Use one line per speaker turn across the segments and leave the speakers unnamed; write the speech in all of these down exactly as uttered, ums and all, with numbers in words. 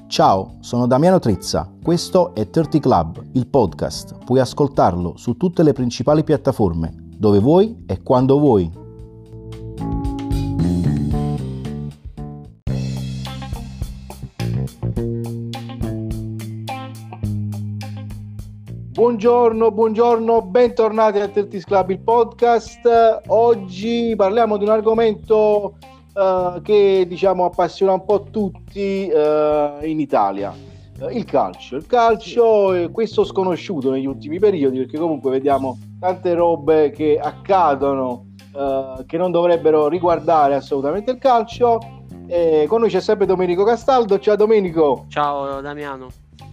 Ciao, sono Damiano Trizza, questo è trenta Club, il podcast. Puoi ascoltarlo su tutte le principali piattaforme, dove vuoi e quando vuoi. Buongiorno, buongiorno, bentornati a trenta Club, il podcast. Oggi parliamo di un argomento uh, che diciamo appassiona un po' tutti uh, in Italia, uh, il calcio. Il calcio è questo sconosciuto negli ultimi periodi, perché comunque vediamo tante robe che accadono uh, che non dovrebbero riguardare assolutamente il calcio. E con noi c'è sempre Domenico Castaldo. Ciao Domenico.
Ciao Damiano.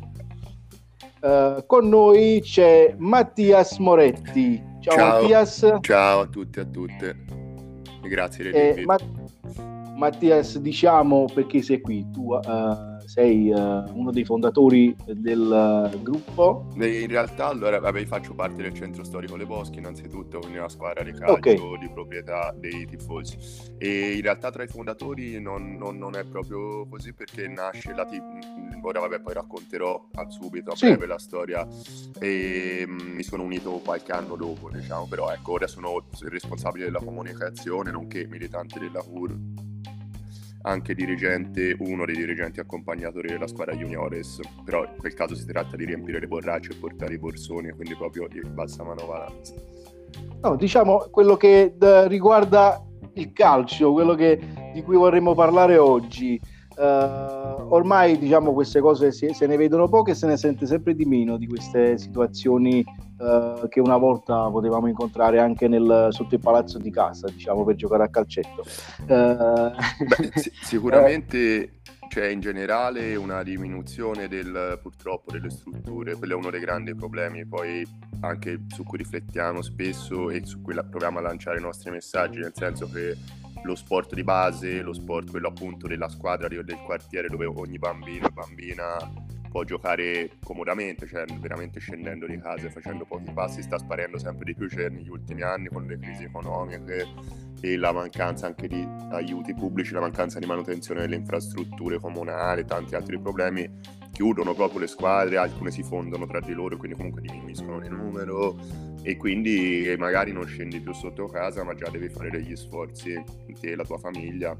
Uh, con noi c'è Mattias Moretti. Ciao,
ciao
Mattias.
Ciao a tutti e a tutte. E grazie
eh, Ma- Mattias, diciamo perché sei qui. Tu uh, sei uh, uno dei fondatori del uh, gruppo.
In realtà allora vabbè, faccio parte del centro storico Le Boschi innanzitutto, quindi una squadra di calcio
Okay.
di proprietà dei tifosi, e in realtà tra i fondatori non, non, non è proprio così, perché nasce la t- ora vabbè poi racconterò subito a
Sì.
breve la storia, e mh, mi sono unito qualche anno dopo, diciamo, però ecco, ora sono il responsabile della comunicazione nonché militante della C U R, anche dirigente, uno dei dirigenti accompagnatori della squadra juniores, però in quel caso si tratta di riempire le borracce e portare i borsoni, quindi proprio di bassa manovalanza.
No, diciamo quello che d- riguarda il calcio, quello che, di cui vorremmo parlare oggi. Uh, ormai diciamo queste cose si, se ne vedono poche e se ne sente sempre di meno di queste situazioni uh, che una volta potevamo incontrare anche nel, sotto il palazzo di casa, diciamo, per giocare a calcetto. Uh,
Beh, sì, sicuramente c'è in generale una diminuzione del, purtroppo, delle strutture. Quello è uno dei grandi problemi poi anche su cui riflettiamo spesso e su cui la, proviamo a lanciare i nostri messaggi, nel senso che lo sport di base, lo sport quello appunto della squadra del quartiere, dove ogni bambino e bambina può giocare comodamente, cioè veramente scendendo di casa e facendo pochi passi, sta sparendo sempre di più, cioè negli ultimi anni con le crisi economiche e la mancanza anche di aiuti pubblici, la mancanza di manutenzione delle infrastrutture comunali, tanti altri problemi, chiudono proprio le squadre, alcune si fondono tra di loro, quindi comunque diminuiscono di numero, e quindi magari non scendi più sotto casa, ma già devi fare degli sforzi, te e la tua famiglia,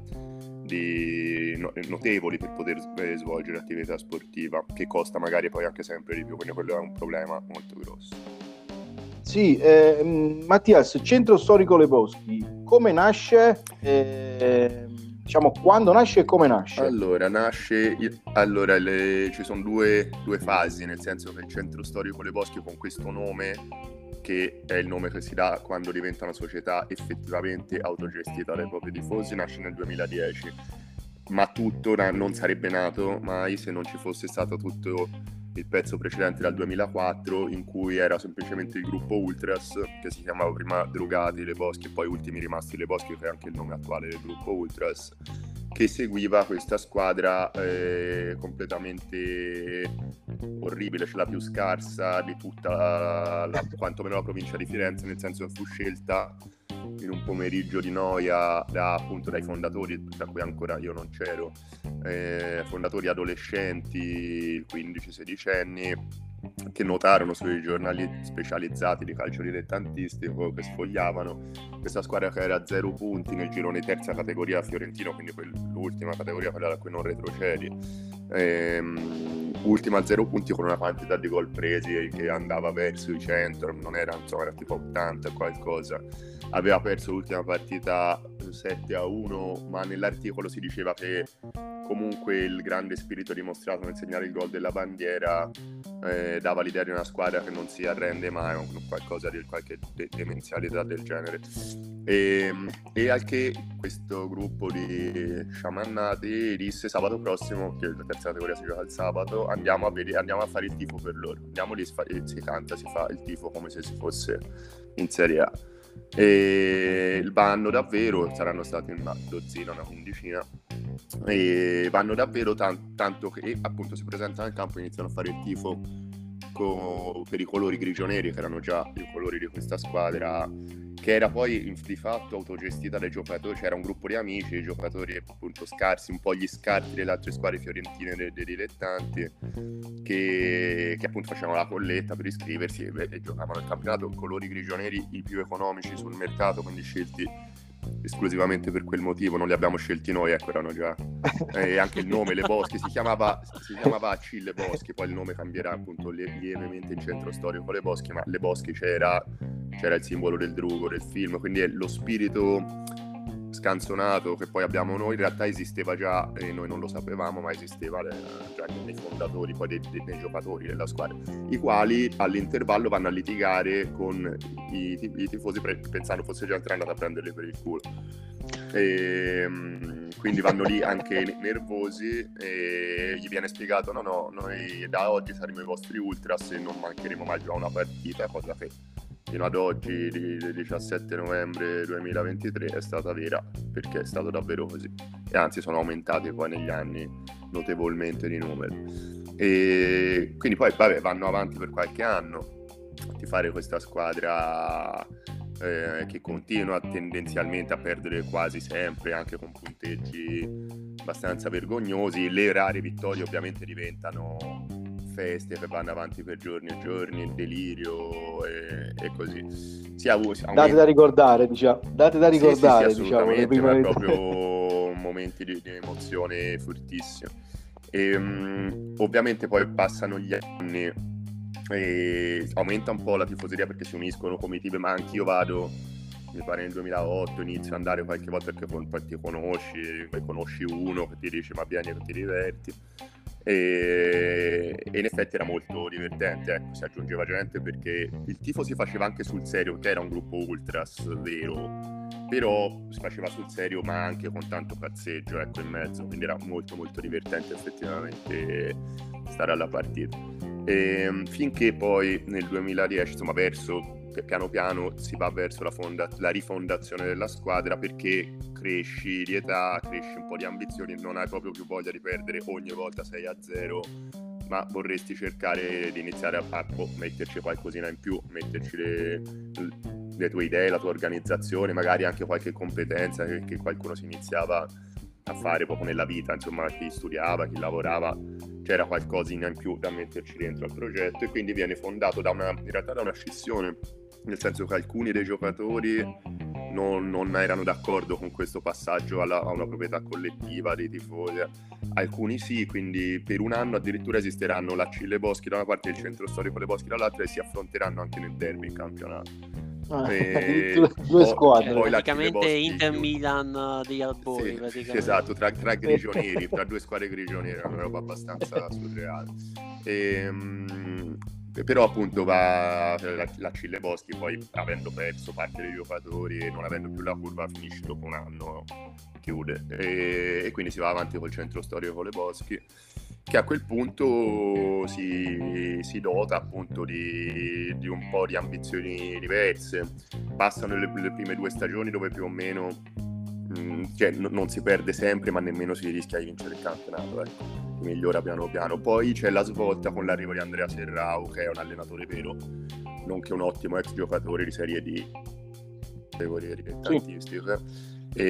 di notevoli per poter svolgere attività sportiva, che costa magari poi anche sempre di più, quindi quello è un problema molto grosso.
Sì, eh, Mattias, centro storico Le Boschi, come nasce? Eh, diciamo quando nasce e come nasce?
Allora, nasce, allora le, ci sono due, due fasi, nel senso che il centro storico Le Boschi, con questo nome, che è il nome che si dà quando diventa una società effettivamente autogestita dai propri tifosi, nasce nel duemiladieci, ma tutto non sarebbe nato mai se non ci fosse stato tutto il pezzo precedente dal duemilaquattro, in cui era semplicemente il gruppo Ultras, che si chiamava prima Drogati Le Boschi e poi Ultimi Rimasti Le Boschi, che è anche il nome attuale del gruppo Ultras, che seguiva questa squadra eh, completamente orribile, cioè la più scarsa di tutta la, la, quantomeno la provincia di Firenze, nel senso che fu scelta in un pomeriggio di noia da, appunto, dai fondatori, da cui ancora io non c'ero, eh, fondatori adolescenti, quindici sedici anni, che notarono sui giornali specializzati di calcio dilettantistico che sfogliavano questa squadra che era a zero punti nel girone terza categoria fiorentino, quindi l'ultima categoria, quella da cui non retrocedi, ehm, ultima a zero punti, con una quantità di gol presi che andava verso i cento, non era, insomma, era tipo ottanta qualcosa. Aveva perso l'ultima partita sette a uno, ma nell'articolo si diceva che comunque il grande spirito dimostrato nel segnare il gol della bandiera eh, dava l'idea di una squadra che non si arrende mai, o qualcosa di qualche de- demenzialità del genere. E, e anche questo gruppo di sciamannati disse: sabato prossimo, che la terza categoria si gioca il sabato, andiamo a, vedere, andiamo a fare il tifo per loro, andiamo lì, si canta, si fa il tifo come se si fosse in Serie A. E vanno davvero, saranno stati una dozzina, una quindicina, e vanno davvero tan- tanto che appunto si presentano al campo e iniziano a fare il tifo bosco per i colori grigio-neri, che erano già i colori di questa squadra, che era poi di fatto autogestita dai giocatori. C'era un gruppo di amici, giocatori appunto scarsi, un po' gli scarti delle altre squadre fiorentine dei, dei dilettanti, che, che appunto facevano la colletta per iscriversi e, e giocavano il campionato. Colori grigio-neri i più economici sul mercato, quindi scelti esclusivamente per quel motivo, non li abbiamo scelti noi, ecco, erano già. E anche il nome, Le Boschi, si chiamava si chiamava Achille Boschi, poi il nome cambierà appunto lievemente in centro storico Le Boschi, ma Le Boschi c'era c'era il simbolo del drugo del film, quindi è lo spirito scanzonato che poi abbiamo noi, in realtà esisteva già e noi non lo sapevamo, ma esisteva già nei fondatori, poi dei, dei, dei giocatori della squadra, i quali all'intervallo vanno a litigare con i, i tifosi pensando fosse già entrando a prenderli per il culo, e quindi vanno lì anche nervosi e gli viene spiegato no no, noi da oggi saremo i vostri ultras e non mancheremo mai già una partita, cosa che fino ad oggi, il diciassette novembre duemilaventitré, è stata vera, perché è stato davvero così, e anzi sono aumentati poi negli anni notevolmente di numero, e quindi poi vabbè, vanno avanti per qualche anno di fare questa squadra eh, che continua tendenzialmente a perdere quasi sempre, anche con punteggi abbastanza vergognosi. Le rare vittorie ovviamente diventano feste che vanno avanti per giorni e giorni, delirio e, e così. Si ha, si
date da ricordare, diciamo, date da ricordare,
sì, sì, sì,
diciamo, le
assolutamente,
prime...
ma proprio momenti di, di emozione fortissimo. E, um, ovviamente poi passano gli anni e aumenta un po' la tifoseria perché si uniscono comitive, ma anch'io vado, mi pare nel duemilaotto, inizio ad andare qualche volta perché poi ti conosci, poi conosci uno che ti dice ma vieni che ti diverti. E, e in effetti era molto divertente, ecco, si aggiungeva gente perché il tifo si faceva anche sul serio, perché era un gruppo ultras vero, però si faceva sul serio ma anche con tanto cazzeggio, ecco, in mezzo, quindi era molto molto divertente effettivamente stare alla partita. E, finché poi nel duemiladieci, insomma verso piano piano si va verso la, fonda- la rifondazione della squadra, perché cresci di età, cresci un po' di ambizioni, non hai proprio più voglia di perdere ogni volta sei a zero, ma vorresti cercare di iniziare a, a boh, metterci qualcosina in più, metterci le, le tue idee, la tua organizzazione, magari anche qualche competenza che, che qualcuno si iniziava a fare proprio nella vita, insomma, chi studiava, chi lavorava, c'era qualcosina in più da metterci dentro al progetto, e quindi viene fondato da una, in realtà da una scissione, nel senso che alcuni dei giocatori non, non erano d'accordo con questo passaggio alla, a una proprietà collettiva dei tifosi, alcuni sì, quindi per un anno addirittura esisteranno l'Achille Boschi da una parte e il centro storico Le Boschi dall'altra, e si affronteranno anche nel derby in campionato.
Ah,
e
due squadre,
cioè, praticamente Inter-Milan degli albori,
sì,
praticamente.
esatto, tra, tra grigioneri, tra due squadre grigionere, è una roba abbastanza surreale. E, um, però appunto va la, la Achille Boschi, poi avendo perso parte dei giocatori e non avendo più la curva, finisce dopo un anno, chiude, e, e quindi si va avanti col centro storico Le Boschi, che a quel punto si, si dota appunto di, di un po' di ambizioni diverse. Passano le, le prime due stagioni dove più o meno mh, cioè, n- non si perde sempre, ma nemmeno si rischia di vincere il campionato, ecco. Si migliora piano piano. Poi c'è la svolta con l'arrivo di Andrea Serrao, che è un allenatore vero, nonché un ottimo ex giocatore di Serie D, categorie dilettantistiche, sì.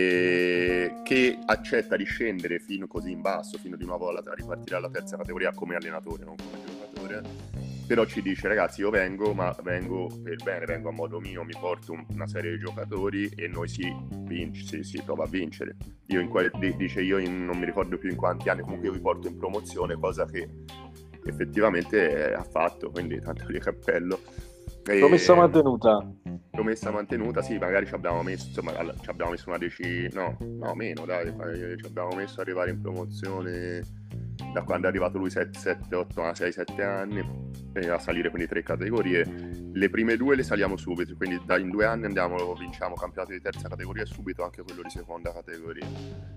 E che accetta di scendere fino così in basso, fino di nuovo a ripartire alla terza categoria come allenatore, non come giocatore, però ci dice ragazzi io vengo, ma vengo per bene, vengo a modo mio, mi porto una serie di giocatori e noi si vince, si, si prova a vincere. Io in que- dice io in, non mi ricordo più in quanti anni, comunque io vi porto in promozione, cosa che effettivamente ha fatto, quindi tanto di cappello.
Promessa e... mantenuta.
Promessa mantenuta, sì, magari ci abbiamo messo, insomma, ci abbiamo messo una decina, no, no, meno, dai, ci abbiamo messo ad arrivare in promozione da quando è arrivato lui sette, otto, sei, sette anni, e a salire quindi tre categorie. Le prime due le saliamo subito, quindi da in due anni andiamo, vinciamo campionato di terza categoria e subito anche quello di seconda categoria.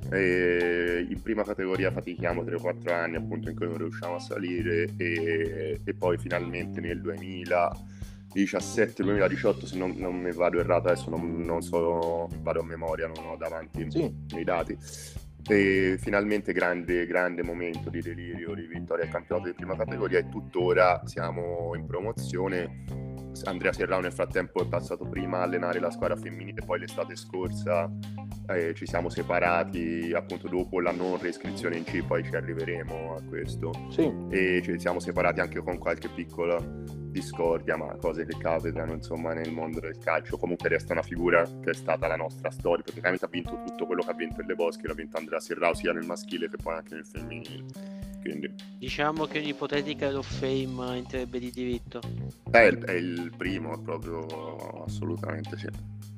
E in prima categoria fatichiamo tre o quattro anni appunto in cui non riusciamo a salire, e, e poi finalmente nel duemiladiciassette duemiladiciotto, se non, non mi vado errato adesso, non, non so, vado a memoria, non ho davanti
sì.
i dati, E finalmente grande, grande momento di delirio, di vittoria al campionato di prima categoria, e tuttora siamo in promozione. Andrea Serrao nel frattempo è passato prima a allenare la squadra femminile, poi l'estate scorsa eh, ci siamo separati appunto dopo la non reiscrizione in C, poi ci arriveremo a questo.
Sì.
E ci siamo separati anche con qualche piccola discordia, ma cose che capitano insomma nel mondo del calcio. Comunque resta una figura che è stata la nostra storia, praticamente ha vinto tutto quello che ha vinto il Le Boschi, l'ha vinto Andrea Serrao sia nel maschile che poi anche nel femminile. Quindi
diciamo che un'ipotetica Hall of Fame entrerebbe di diritto.
è il, è il primo, proprio assolutamente sì.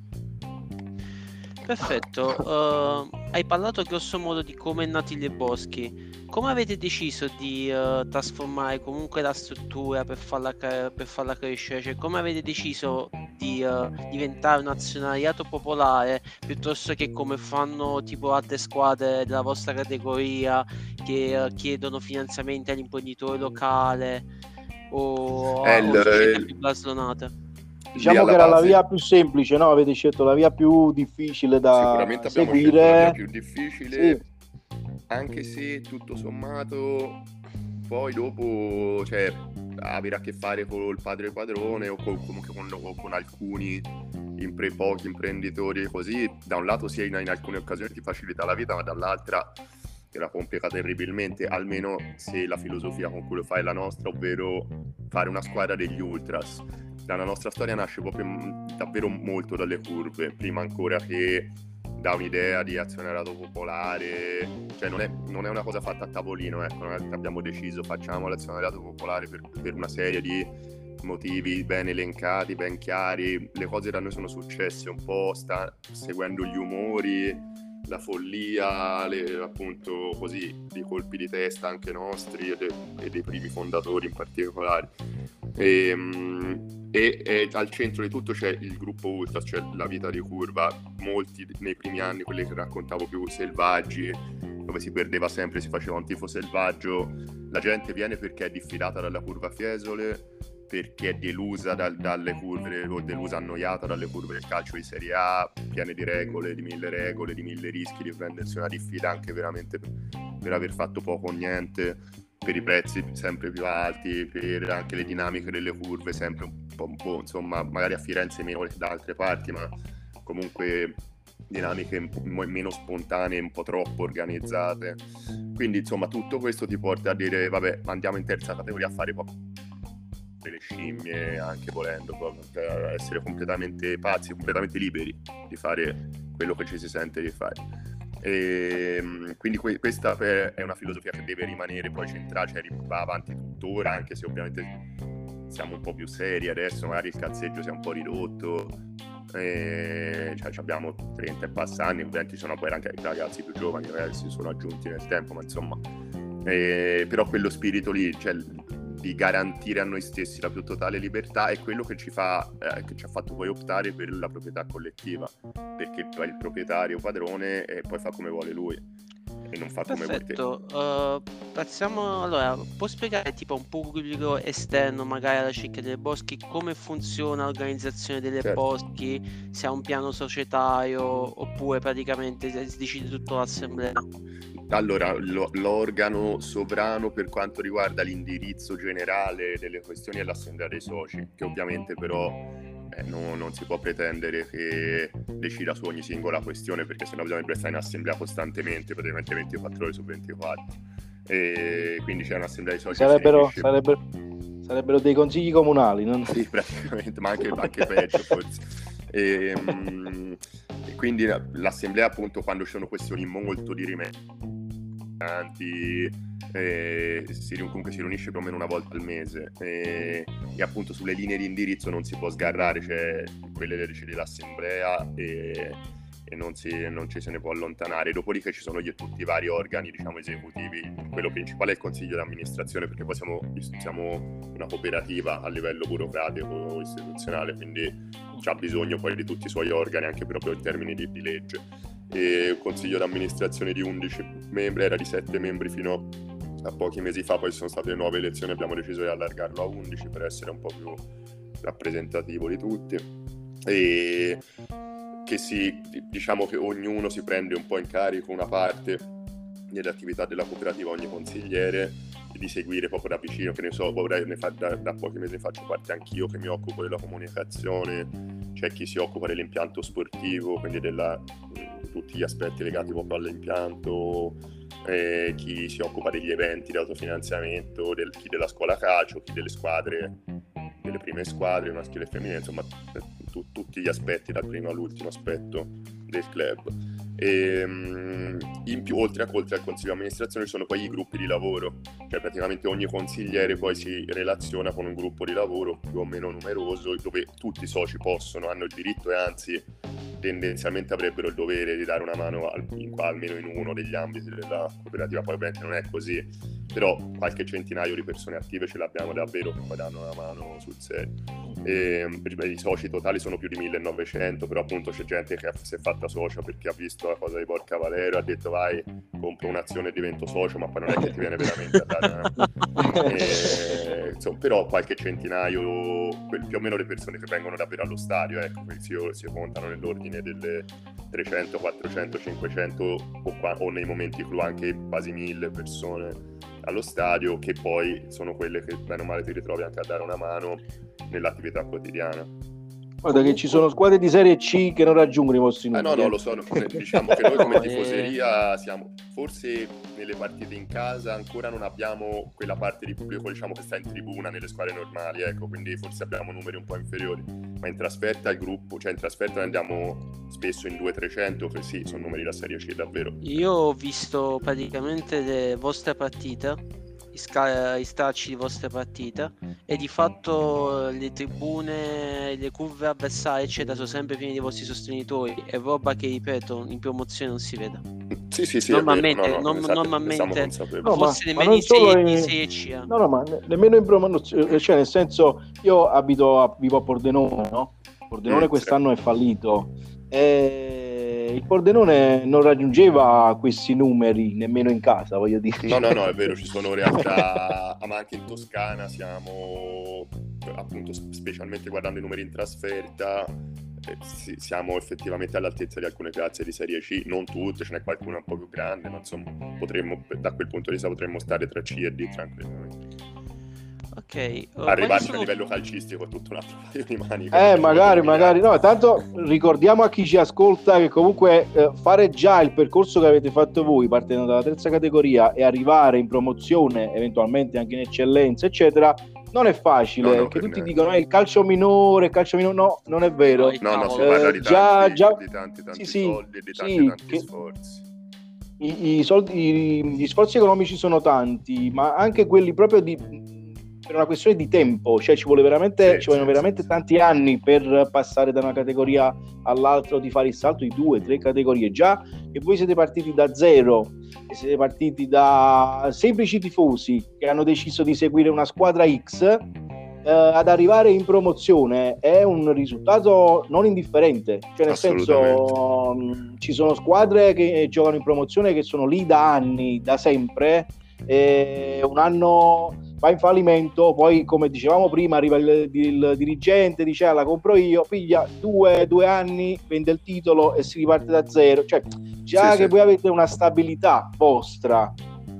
Perfetto, uh, hai parlato grosso modo di come è nato il Le Boschi. Come avete deciso di uh, trasformare comunque la struttura per farla, per farla crescere? Cioè, come avete deciso di uh, diventare un azionariato popolare piuttosto che come fanno tipo altre squadre della vostra categoria che uh, chiedono finanziamenti all'imprenditore locale o a società più blaslonate?
Diciamo che era base la via più semplice, no? Avete scelto la via più difficile da
sicuramente abbiamo
seguire.
Scelto la via più difficile,
sì.
Anche se tutto sommato poi dopo, cioè, avere a che fare con il padre padrone o con, comunque con, o con alcuni impre, pochi imprenditori così, da un lato sì, in, in alcune occasioni ti facilita la vita, ma dall'altra te la complica terribilmente, almeno se la filosofia con cui lo fai è la nostra, ovvero fare una squadra degli ultras. La nostra storia nasce proprio davvero molto dalle curve, prima ancora che da un'idea di azionariato popolare, cioè non è, non è una cosa fatta a tavolino, ecco, non è che abbiamo deciso facciamo l'azionariato popolare per, per una serie di motivi ben elencati, ben chiari. Le cose da noi sono successe un po' sta, seguendo gli umori, la follia, le, appunto così, di colpi di testa anche nostri e, de, e dei primi fondatori in particolare. E, e, e al centro di tutto c'è il gruppo Ultras, cioè la vita di curva. Molti nei primi anni, quelli che raccontavo più selvaggi, dove si perdeva sempre, si faceva un tifo selvaggio, la gente viene perché è diffidata dalla curva Fiesole, perché è delusa da, dalle curve o delusa, annoiata dalle curve del calcio di Serie A, piene di regole, di mille regole, di mille rischi, di prendersi una diffida anche veramente per, per aver fatto poco o niente, per i prezzi sempre più alti, per anche le dinamiche delle curve sempre un po', un po' insomma, magari a Firenze meno che da altre parti, ma comunque dinamiche un po' meno spontanee, un po' troppo organizzate. Quindi insomma tutto questo ti porta a dire vabbè, andiamo in terza categoria a fare proprio le scimmie, anche volendo, proprio per essere completamente pazzi, completamente liberi di fare quello che ci si sente di fare. E quindi que- questa è una filosofia che deve rimanere poi centrale, cioè va avanti tuttora, anche se ovviamente siamo un po' più seri adesso, magari il cazzeggio si è un po' ridotto, e cioè abbiamo trenta e passa anni, ovviamente ci sono poi anche ragazzi più giovani che si sono aggiunti nel tempo, ma insomma e, però quello spirito lì, cioè di garantire a noi stessi la più totale libertà è quello che ci fa eh, che ci ha fatto poi optare per la proprietà collettiva, perché poi il proprietario padrone e poi fa come vuole lui e non fa come vuoi te.
Perfetto, uh, passiamo allora, può spiegare tipo a un pubblico esterno magari alla Cicca delle Boschi come funziona l'organizzazione delle
certo.
Boschi, se ha un piano societario oppure praticamente si decide tutto l'assemblea?
Allora, lo, l'organo sovrano per quanto riguarda l'indirizzo generale delle questioni è l'assemblea dei soci, che ovviamente però eh, no, non si può pretendere che decida su ogni singola questione, perché sennò bisognerebbe stare in assemblea costantemente, praticamente ventiquattro ore su ventiquattro. E quindi c'è un'assemblea dei soci.
Sarebbero, che sarebbero, sarebbero dei consigli comunali, non?
Sì, praticamente, ma anche, anche peggio forse. E, um, e quindi l'assemblea, appunto, quando ci sono questioni molto dirimente, Eh, si, comunque si riunisce più o meno una volta al mese e, e appunto sulle linee di indirizzo non si può sgarrare, cioè quelle le decide l'assemblea e, e non, si, non ci se ne può allontanare. Dopodiché ci sono gli, tutti i vari organi, diciamo, esecutivi. Quello principale è il consiglio di amministrazione, perché poi siamo, siamo una cooperativa a livello burocratico istituzionale, quindi c'ha bisogno poi di tutti i suoi organi anche proprio in termini di, di legge. E un consiglio di amministrazione di undici membri, era di sette membri fino a pochi mesi fa, poi ci sono state nuove elezioni, abbiamo deciso di allargarlo a undici per essere un po' più rappresentativo di tutti. E che si, diciamo che ognuno si prende un po' in carico una parte delle attività della cooperativa, ogni consigliere, e di seguire proprio da vicino, che ne so, ora ne fa, da, da pochi mesi ne faccio parte anch'io, che mi occupo della comunicazione, c'è chi si occupa dell'impianto sportivo, quindi della, tutti gli aspetti legati proprio all'impianto, eh, chi si occupa degli eventi di autofinanziamento, del, chi della scuola calcio, chi delle squadre, delle prime squadre, maschile e femminile, insomma tu, tutti gli aspetti dal primo all'ultimo aspetto del club. E in più, oltre, a, oltre al consiglio di amministrazione, ci sono poi i gruppi di lavoro, cioè praticamente ogni consigliere poi si relaziona con un gruppo di lavoro più o meno numeroso, dove tutti i soci possono, hanno il diritto e anzi tendenzialmente avrebbero il dovere di dare una mano al, in, almeno in uno degli ambiti della cooperativa. Poi ovviamente non è così, però qualche centinaio di persone attive ce l'abbiamo davvero, che poi danno una mano sul serio. E, i soci totali sono più di millenovecento, però appunto c'è gente che si è fatta socia perché ha visto la cosa di Porca Valero, ha detto vai, compro un'azione e divento socio, ma poi non è che ti viene veramente a dare una... e, insomma, però qualche centinaio, più o meno le persone che vengono davvero allo stadio, ecco, si, si contano nell'ordine delle trecento, quattrocento, cinquecento o, qua, o nei momenti clou anche quasi mille persone allo stadio, che poi sono quelle che bene o male ti ritrovi anche a dare una mano nell'attività quotidiana.
Guarda che ci sono squadre di Serie C che non raggiungono i vostri
numeri. Ah no, no, lo so, diciamo che noi come tifoseria siamo, forse nelle partite in casa ancora non abbiamo quella parte di pubblico, diciamo, che sta in tribuna nelle squadre normali, ecco, quindi forse abbiamo numeri un po' inferiori, ma in trasferta il gruppo, cioè in trasferta andiamo spesso in duecento trecento, che sì, sono numeri da Serie C davvero.
Io ho visto praticamente le vostre partite, i, sca- i stracci di vostre partite, e di fatto le tribune, le curve avversarie eccetera sono sempre piene di vostri sostenitori, è roba che, ripeto, in promozione non si vede.
Sì, sì, sì,
normalmente,
no, no,
non,
esatto,
normalmente
no,
forse
ma,
nemmeno in Serie
in...
in Serie C, eh.
no, no, ma ne- nemmeno in promozione, cioè nel senso, io abito a, vivo a Pordenone, no? Pordenone mm, quest'anno sì. È fallito e il Pordenone non raggiungeva questi numeri nemmeno in casa, voglio dire.
No, no, no, è vero, ci sono realtà, ma anche in Toscana siamo, appunto, specialmente guardando i numeri in trasferta, eh, sì, siamo effettivamente all'altezza di alcune piazze di Serie C, non tutte, ce n'è qualcuna un po' più grande, ma insomma potremmo, da quel punto di vista potremmo stare tra C e D tranquillamente.
Ok, uh,
arrivarci sono... a livello calcistico è tutto un altro paio di maniche.
Eh, magari, magari, no, tanto ricordiamo a chi ci ascolta che comunque eh, fare già il percorso che avete fatto voi, partendo dalla terza categoria e arrivare in promozione, eventualmente anche in eccellenza, eccetera, non è facile, no, no, che tutti niente. Dicono eh, il calcio minore, il calcio minore, no, non è vero.
No, no, si parla
eh,
di,
già,
tanti,
già...
di tanti, tanti
sì,
soldi e di tanti,
sì,
tanti
che...
sforzi.
I, i soldi, i, gli sforzi economici sono tanti, ma anche quelli proprio di... per una questione di tempo, cioè ci vuole veramente, sì, ci vogliono sì, veramente sì, tanti anni per passare da una categoria all'altra, di fare il salto di due, tre categorie. Già che voi siete partiti da zero e siete partiti da semplici tifosi che hanno deciso di seguire una squadra X, eh, ad arrivare in promozione è un risultato non indifferente, cioè nel senso mh, ci sono squadre che giocano in promozione che sono lì da anni, da sempre, e un anno va in fallimento, poi come dicevamo prima arriva il, il dirigente, dice ah, la compro io, piglia due, due anni, vende il titolo e si riparte da zero, cioè già sì, che sì. Voi avete una stabilità vostra,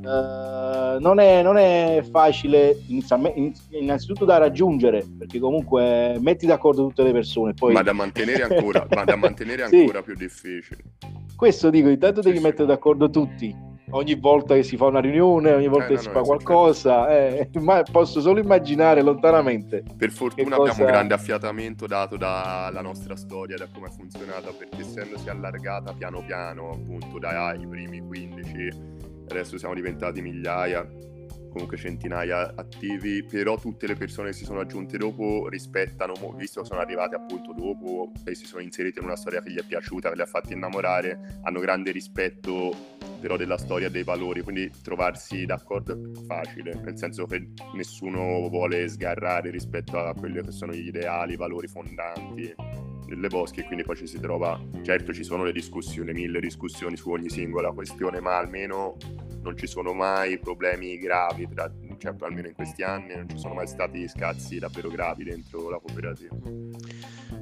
eh, non, è, non è facile innanzitutto da raggiungere, perché comunque metti d'accordo tutte le persone, poi...
ma da mantenere ancora, ma da mantenere ancora sì. Più difficile.
Questo dico, intanto devi sì, mettere sì. d'accordo tutti. Ogni volta che si fa una riunione, ogni volta eh, che no, si no, fa qualcosa, eh, ma posso solo immaginare lontanamente.
Per fortuna cosa... abbiamo un grande affiatamento dato dalla nostra storia, da come è funzionata, perché essendosi allargata piano piano, appunto dai primi quindici, adesso siamo diventati migliaia, comunque centinaia attivi, però tutte le persone che si sono aggiunte dopo rispettano, visto che sono arrivate appunto dopo e si sono inserite in una storia che gli è piaciuta, che li ha fatti innamorare, hanno grande rispetto però della storia e dei valori, quindi trovarsi d'accordo è più facile, nel senso che nessuno vuole sgarrare rispetto a quelli che sono gli ideali, i valori fondanti delle Boschi, e quindi poi ci si trova, certo ci sono le discussioni, mille discussioni su ogni singola questione, ma almeno non ci sono mai problemi gravi, tra, cioè almeno in questi anni non ci sono mai stati scazzi davvero gravi dentro la cooperativa.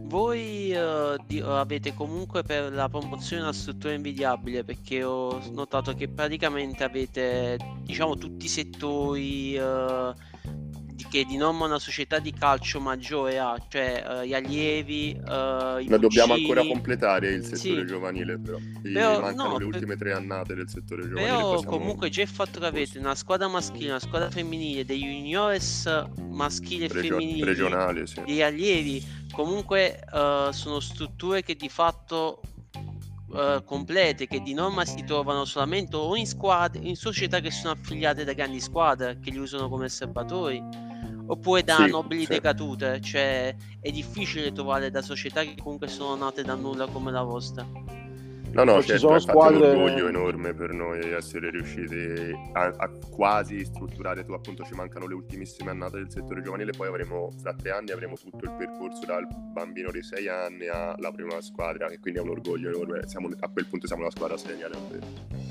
voi eh, di- avete comunque per la promozione una struttura invidiabile, perché ho notato che praticamente avete, diciamo, tutti i settori eh, di- che di norma una società di calcio maggiore ha, cioè eh, gli allievi, eh, i
Ma dobbiamo ancora
pulcini.
completare il settore
Sì,
giovanile, però. Gli
però
mancano
no,
le
per-
ultime tre annate del settore giovanile, poi
però
siamo
comunque già il fatto che
a
avete
posto.
una squadra maschile, una squadra femminile, dei juniores maschili e
Regio-
femminili,
regionali, sì.
degli allievi, comunque eh, sono strutture che di fatto eh, complete, che di norma si trovano solamente o in squadre, in società che sono affiliate da grandi squadre che li usano come osservatori, oppure da
Sì,
nobili
sì.
decadute, cioè è difficile trovare da società che comunque sono nate da nulla come la vostra.
No, no,
Poi ci
certo,
sono
infatti è un
squadre-
orgoglio enorme per noi essere riusciti a, a quasi strutturare, tu appunto ci mancano le ultimissime annate del settore giovanile, poi avremo, fra tre anni avremo tutto il percorso dal bambino di sei anni alla prima squadra, e quindi è un orgoglio enorme, siamo, a quel punto siamo una squadra seria, davvero.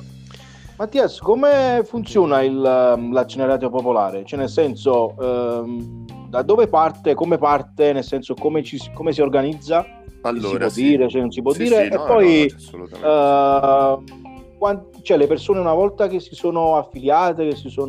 Mattias, come funziona il, um, l'accelerato popolare? Cioè, nel senso, ehm, da dove parte, come parte, nel senso, come, ci, si- come si organizza?
Allora,
si può
sì.
dire, cioè non si può
Sì,
dire,
sì,
e
no,
poi
no, assolutamente sì.
eh, quan- cioè, le persone una volta che si sono affiliate, che si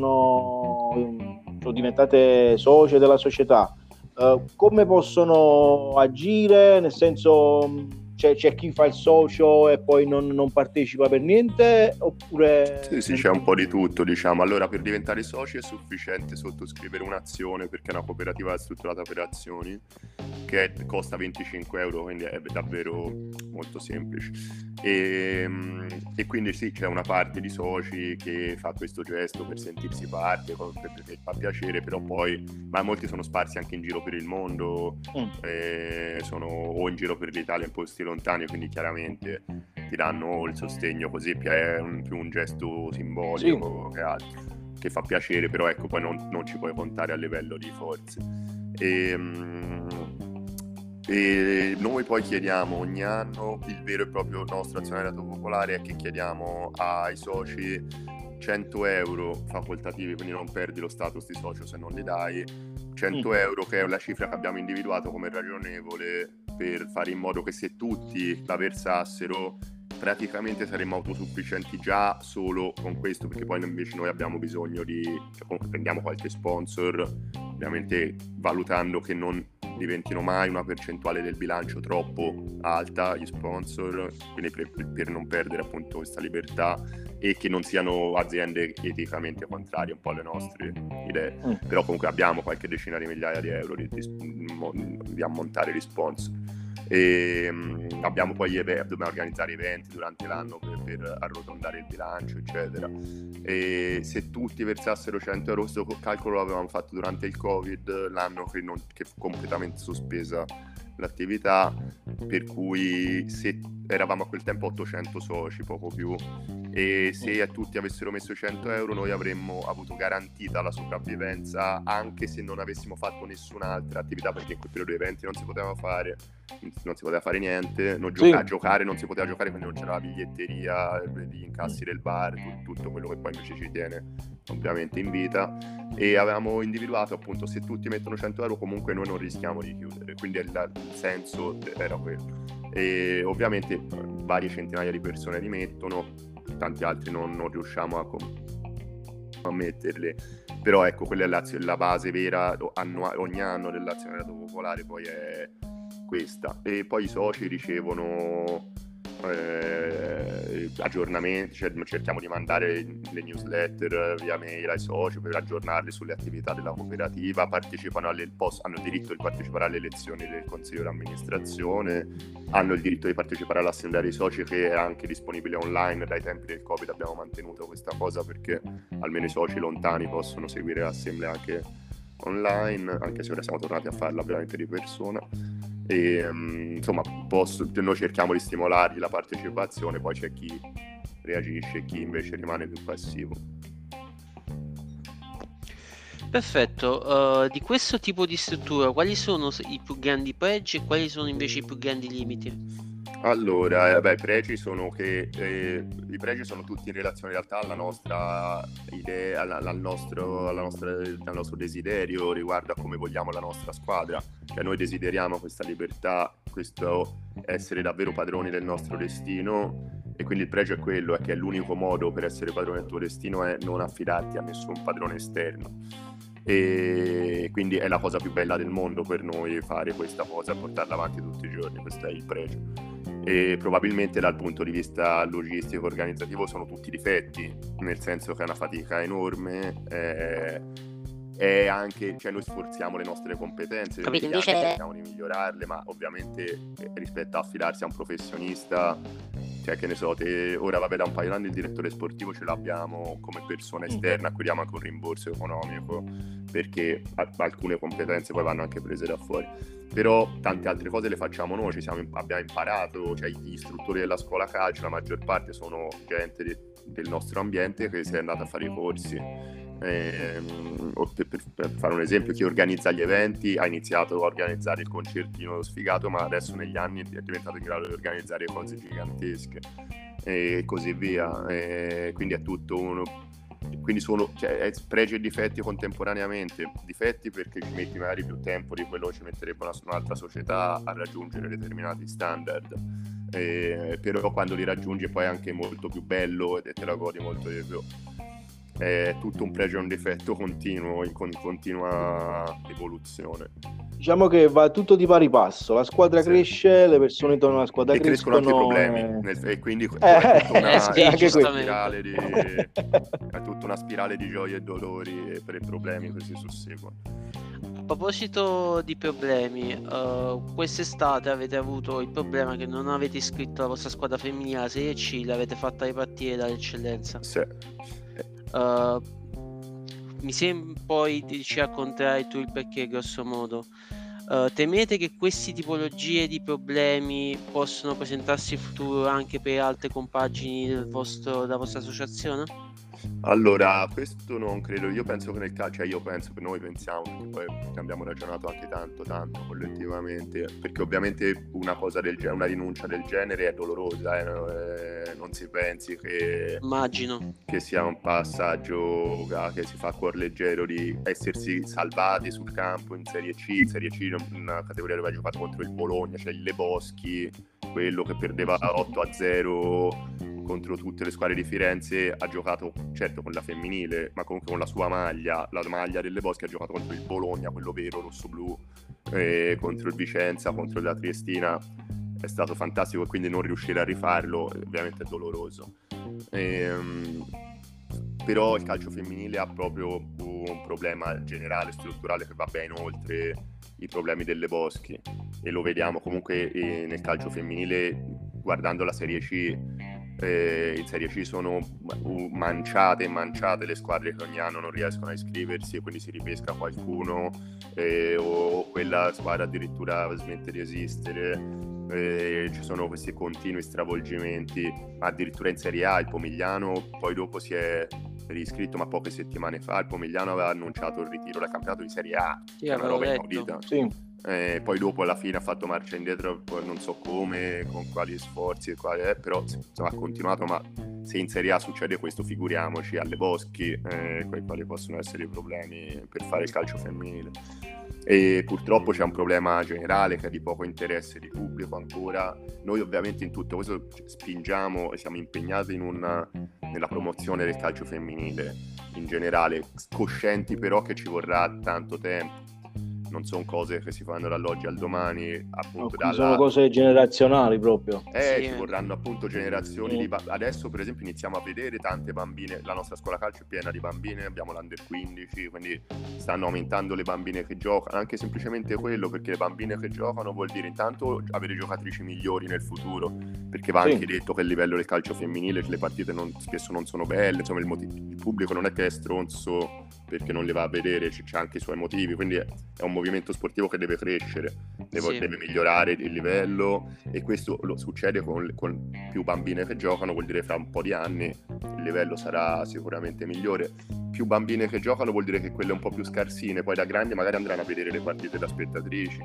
sono, sono diventate socie della società, eh, come possono agire? Nel senso, c'è, c'è chi fa il socio e poi non, non partecipa per niente, oppure
Sì, sì, c'è un po' di tutto, diciamo. Allora, per diventare soci è sufficiente sottoscrivere un'azione, perché è una cooperativa strutturata per azioni, che è- costa venticinque euro, quindi è davvero molto semplice. E, mm, e quindi sì, c'è una parte di soci che fa questo gesto per sentirsi parte, co- per- perché fa piacere, però poi, ma molti sono sparsi anche in giro per il mondo,
Mm.
eh, sono o in giro per l'Italia in posti lontani, quindi chiaramente ti danno il sostegno, così più è un, più un gesto simbolico che altro, che fa piacere, però ecco, poi non, non ci puoi contare a livello di forze. E, mm, e noi poi chiediamo ogni anno, il vero e proprio nostro azionariato popolare è che chiediamo ai soci cento euro facoltativi, quindi non perdi lo status di socio se non li dai, cento euro che è la cifra che abbiamo individuato come ragionevole per fare in modo che se tutti la versassero praticamente saremmo autosufficienti già solo con questo, perché poi invece noi abbiamo bisogno di, cioè, comunque prendiamo qualche sponsor, ovviamente valutando che non diventino mai una percentuale del bilancio troppo alta gli sponsor, quindi per, per non perdere appunto questa libertà, e che non siano aziende eticamente contrarie un po' alle nostre idee,
Mm.
però comunque abbiamo qualche decina di migliaia di euro di, di, di ammontare di sponsor. E um, abbiamo poi eventi, dobbiamo organizzare eventi durante l'anno per, per arrotondare il bilancio, eccetera. E se tutti versassero cento euro, questo calcolo l'avevamo fatto durante il Covid, l'anno che, non, che fu completamente sospesa l'attività, per cui se eravamo a quel tempo ottocento soci, poco più, e se tutti avessero messo cento euro noi avremmo avuto garantita la sopravvivenza anche se non avessimo fatto nessun'altra attività, perché in quel periodo di eventi non si poteva fare, non si poteva fare niente, non gioca-
Sì.
a giocare non si poteva giocare, quindi non c'era la biglietteria, gli incassi del bar, tu- tutto quello che poi invece ci tiene ovviamente in vita, e avevamo individuato appunto se tutti mettono cento euro comunque noi non rischiamo di chiudere, quindi il, il senso era quello. E ovviamente varie centinaia di persone li mettono, tanti altri non, non riusciamo a, com- a metterli, però ecco, quella è la, la base vera annu- ogni anno dell'azionariato popolare, poi è questa. E poi i soci ricevono eh, aggiornamenti, cioè cerchiamo di mandare le newsletter via mail ai soci per aggiornarli sulle attività della cooperativa, partecipano alle, poss- hanno il diritto di partecipare alle elezioni del consiglio di amministrazione, hanno il diritto di partecipare all'assemblea dei soci, che è anche disponibile online. Dai tempi del Covid abbiamo mantenuto questa cosa perché almeno i soci lontani possono seguire l'assemblea anche online, anche se ora siamo tornati a farla veramente di persona. E um, insomma posso, noi cerchiamo di stimolargli la partecipazione, poi c'è chi reagisce e chi invece rimane più passivo.
Perfetto, uh, di questo tipo di struttura quali sono i più grandi pregi e quali sono invece i più grandi limiti?
Allora, eh, beh, i pregi sono che eh, i pregi sono tutti in relazione in realtà alla nostra idea, alla- al nostro, alla nostra- al nostro desiderio riguardo a come vogliamo la nostra squadra. Cioè noi desideriamo questa libertà, questo essere davvero padroni del nostro destino, e quindi il pregio è quello, è che è l'unico modo per essere padrone del tuo destino è non affidarti a nessun padrone esterno. E quindi è la cosa più bella del mondo per noi fare questa cosa, portarla avanti tutti i giorni, questo è il pregio. E probabilmente dal punto di vista logistico organizzativo sono tutti difetti, nel senso che è una fatica enorme, eh, e anche, cioè noi sforziamo le nostre competenze,
Capito,
negli anni
invece-
cerchiamo di migliorarle, ma ovviamente eh, rispetto a affidarsi a un professionista, cioè che ne so, te, ora vabbè da un paio d'anni il direttore sportivo ce l'abbiamo come persona esterna, a cui diamo anche un rimborso economico, perché a- alcune competenze poi vanno anche prese da fuori. Però tante altre cose le facciamo noi, ci siamo, abbiamo imparato, cioè gli istruttori della scuola calcio, la maggior parte sono gente de- del nostro ambiente che si è andata a fare i corsi. Ehm, o per, per- per fare un esempio, chi organizza gli eventi ha iniziato a organizzare il concertino sfigato, ma adesso negli anni è diventato in grado di organizzare cose gigantesche e così via. E quindi è tutto uno. Quindi sono, cioè, è pregi e difetti contemporaneamente. Difetti perché ci metti magari più tempo di quello che ci metterebbe una, un'altra società a raggiungere determinati standard, eh, però quando li raggiungi poi è anche molto più bello e te la godi molto di più. È tutto un pregio e un difetto continuo, in con- continua evoluzione.
Diciamo che va tutto di pari passo, la squadra
Sì.
cresce, le persone intorno alla squadra
E crescono anche i problemi,
eh.
nel- e quindi
Eh,
è tutta una,
eh, sì,
è tutta una
giustamente.
spirale di, è tutta una spirale di gioie e dolori e per i problemi che si susseguono.
A proposito di problemi, eh, quest'estate avete avuto il problema che non avete iscritto la vostra squadra femminile alla Serie C, l'avete fatta ripartire dall'eccellenza.
Sì.
Eh, mi sembra poi di- ci racconterai tu il perché, grosso modo. Eh, temete che queste tipologie di problemi possono presentarsi in futuro anche per altre compagini del vostro, della vostra associazione?
Allora, questo non credo, io penso che nel calcio, cioè io penso che noi pensiamo, perché poi ne abbiamo ragionato anche tanto, tanto collettivamente, perché ovviamente una cosa del genere, una rinuncia del genere è dolorosa, eh, no? Eh, non si pensi che,
Immagino.
che sia un passaggio ah, che si fa a cuor leggero di essersi salvati sul campo in Serie C, in Serie C una categoria dove ha giocato contro il Bologna, cioè il Le Boschi, quello che perdeva otto a zero contro tutte le squadre di Firenze, ha giocato certo con la femminile, ma comunque con la sua maglia, la maglia delle Bosche, ha giocato contro il Bologna, quello vero, rosso-blu, eh, contro il Vicenza, contro la Triestina. È stato fantastico, e quindi non riuscire a rifarlo ovviamente è doloroso. Ehm, però il calcio femminile ha proprio un problema generale, strutturale, che va ben oltre i problemi delle Boschi, e lo vediamo comunque eh, nel calcio femminile guardando la Serie C. Eh, in Serie C sono manciate e manciate le squadre che ogni anno non riescono a iscriversi e quindi si ripesca qualcuno, eh, o quella squadra addirittura smette di esistere. Eh, ci sono questi continui stravolgimenti, addirittura in Serie A il Pomigliano poi dopo si è riscritto, ma poche settimane fa il Pomigliano aveva annunciato il ritiro dal campionato di Serie A,
Sì,
che è una
avevo
roba
letto.
inaudita.
Sì.
Eh, poi dopo alla fine ha fatto marcia indietro, poi non so come, con quali sforzi, quali, eh, però insomma, ha continuato. Ma se in Serie A succede questo, figuriamoci alle Boschi, eh, quali possono essere i problemi per fare il calcio femminile. E purtroppo c'è un problema generale che è di poco interesse di pubblico ancora. Noi ovviamente in tutto questo spingiamo e siamo impegnati in una, nella promozione del calcio femminile in generale, coscienti però che ci vorrà tanto tempo. Non sono cose che si fanno dall'oggi al domani, appunto.
No,
dalla...
sono cose generazionali proprio.
Eh,
Sì,
ci
eh.
vorranno appunto generazioni
Sì.
di ba- adesso per esempio iniziamo a vedere tante bambine, la nostra scuola calcio è piena di bambine, abbiamo l'Under quindici, quindi stanno aumentando le bambine che giocano, anche semplicemente quello, perché le bambine che giocano vuol dire intanto avere giocatrici migliori nel futuro, perché va
Sì.
anche detto che il livello del calcio femminile, le partite non, spesso non sono belle, insomma il, motivo, il pubblico non è che è stronzo perché non le va a vedere, c- c'è anche i suoi motivi, quindi è, è un movimento sportivo che deve crescere, deve,
Sì.
deve migliorare il livello, e questo lo succede con, con più bambine che giocano, vuol dire fra un po' di anni il livello sarà sicuramente migliore. Più bambine che giocano vuol dire che quelle un po' più scarsine poi da grandi magari andranno a vedere le partite da spettatrici,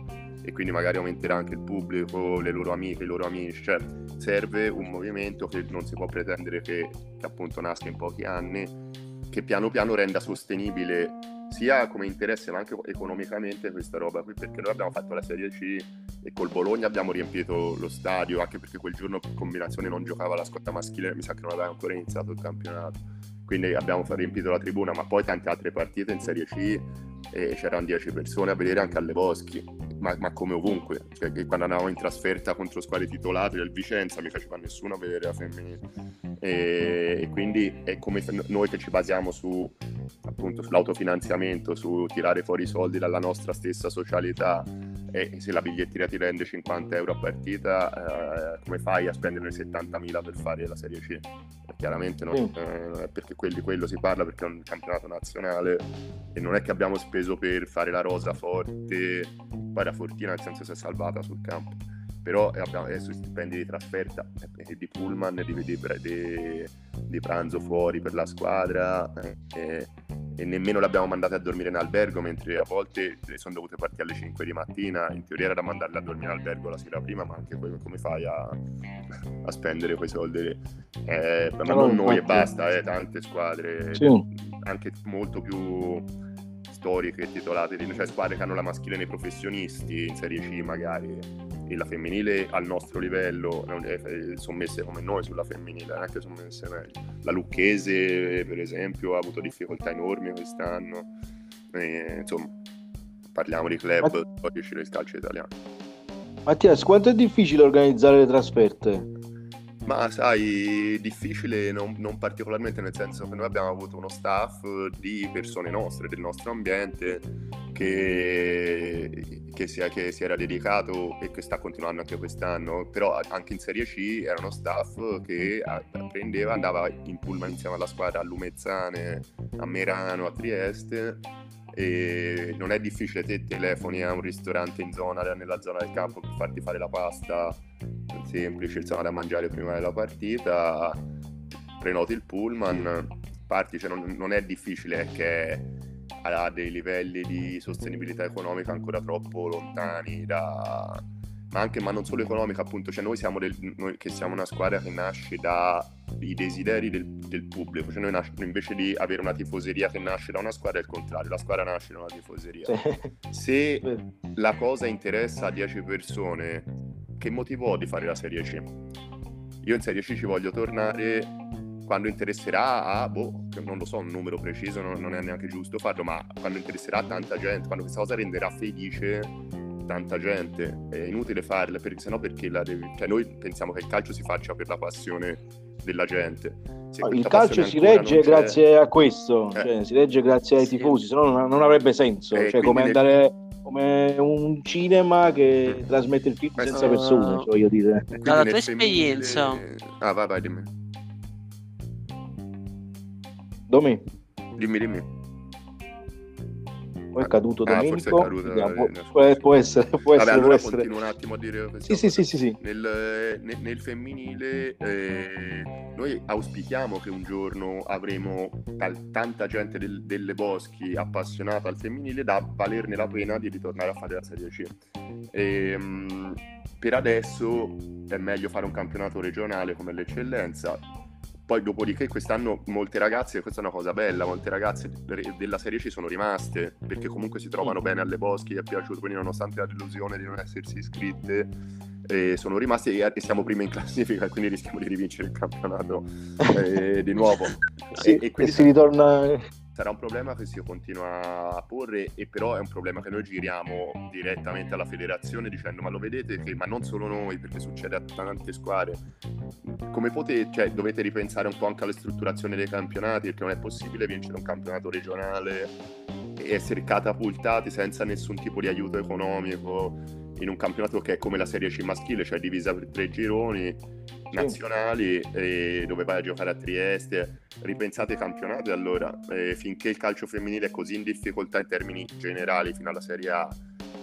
e quindi magari aumenterà anche il pubblico, le loro amiche, i loro amici, cioè serve un movimento che non si può pretendere che, che appunto nasca in pochi anni, che piano piano renda sostenibile sia come interesse ma anche economicamente questa roba qui, perché noi abbiamo fatto la Serie C e col Bologna abbiamo riempito lo stadio, anche perché quel giorno per combinazione non giocava la squadra maschile, mi sa che non aveva ancora iniziato il campionato, quindi abbiamo riempito la tribuna, ma poi tante altre partite in Serie C e c'erano dieci persone a vedere anche alle Boschi, ma, ma come ovunque, cioè che quando andavamo in trasferta contro squadre titolate del Vicenza mi faceva nessuno a vedere la femminile, e, e quindi è come noi che ci basiamo su appunto sull'autofinanziamento, su tirare fuori i soldi dalla nostra stessa socialità, e se la biglietteria ti rende cinquanta euro a partita, eh, come fai a spendere settantamila per fare la Serie C? Chiaramente non, eh, perché quelli, quello si parla perché è un campionato nazionale e non è che abbiamo speso per fare la rosa forte, poi la Fortina nel senso si è salvata sul campo, però abbiamo adesso i stipendi di trasferta e di pullman, di, di, di, di pranzo fuori per la squadra, e, e nemmeno l'abbiamo mandata a dormire in albergo, mentre a volte sono dovute partire alle cinque di mattina, in teoria era da mandarle a dormire in albergo la sera prima, ma anche poi come fai a, a spendere quei soldi? Eh, ma no, non noi e basta, eh, tante squadre, sì, anche molto più storiche e titolate, cioè squadre che hanno la maschile nei professionisti in Serie C magari, e la femminile al nostro livello eh, sono messe come noi sulla femminile, anche sono messe meglio. La Lucchese per esempio ha avuto difficoltà enormi quest'anno, e, insomma parliamo di club storici del calcio italiano.
Mattias, quanto è difficile organizzare le trasferte?
Ma sai, difficile non, non particolarmente, nel senso che noi abbiamo avuto uno staff di persone nostre, del nostro ambiente, che, che, si, che si era dedicato e che sta continuando anche quest'anno, però anche in Serie C era uno staff che prendeva, andava in pullman insieme alla squadra a Lumezzane, a Merano, a Trieste, e non è difficile, te telefoni a un ristorante in zona, nella zona del campo per farti fare la pasta semplice, insomma, da mangiare prima della partita, prenoti il pullman, parti, cioè non, non è difficile, è che ha dei livelli di sostenibilità economica ancora troppo lontani da... ma anche, ma non solo economica, appunto, cioè noi siamo del, noi che siamo una squadra che nasce da i desideri del, del pubblico, cioè noi nas- invece di avere una tifoseria che nasce da una squadra è il contrario, la squadra nasce da una tifoseria. Se la cosa interessa a dieci persone, che motivo ho di fare la Serie C? Io in Serie C ci voglio tornare quando interesserà a, boh, non lo so, un numero preciso, non, non è neanche giusto farlo, ma quando interesserà a tanta gente, quando questa cosa renderà felice tanta gente. È inutile farla, perché sennò perché la devi... cioè noi pensiamo che il calcio si faccia per la passione della gente. Se
il calcio si regge grazie a questo, eh. cioè, si regge grazie ai sì. tifosi, se no non, non avrebbe senso, eh, cioè come andare le... come un cinema che mm. trasmette il film Beh, senza uh, persone, cioè, voglio dire.
Dalla tua esperienza
femminile... ah vai vai dimmi
Domi
dimmi dimmi
poi è caduto
ah,
Domenico,
è caduto,
può, può, può essere, può
Vabbè,
essere,
allora
può
continuo
essere.
un attimo a dire
sì, sì, sì, sì, sì.
Nel, nel, nel femminile eh, noi auspichiamo che un giorno avremo tal, tanta gente del, delle Boschi appassionata al femminile da valerne la pena di ritornare a fare la Serie C. E, um, per adesso è meglio fare un campionato regionale come l'Eccellenza. Poi dopodiché quest'anno molte ragazze, questa è una cosa bella, molte ragazze della Serie C sono rimaste perché comunque si trovano bene alle Boschi, gli è piaciuto, quindi nonostante la delusione di non essersi iscritte eh, sono rimaste e siamo prima in classifica, quindi rischiamo di rivincere il campionato eh, di nuovo.
Sì,
e, e quindi
e si ritorna...
sarà un problema che si continua a porre, e però è un problema che noi giriamo direttamente alla federazione dicendo ma lo vedete che, ma non solo noi, perché succede a tante squadre, come potete, cioè dovete ripensare un po' anche alla strutturazione dei campionati, perché non è possibile vincere un campionato regionale e essere catapultati senza nessun tipo di aiuto economico in un campionato che è come la Serie C maschile, cioè divisa per tre gironi nazionali, e dove vai a giocare a Trieste. Ripensate i campionati allora, eh, finché il calcio femminile è così in difficoltà in termini generali fino alla Serie A,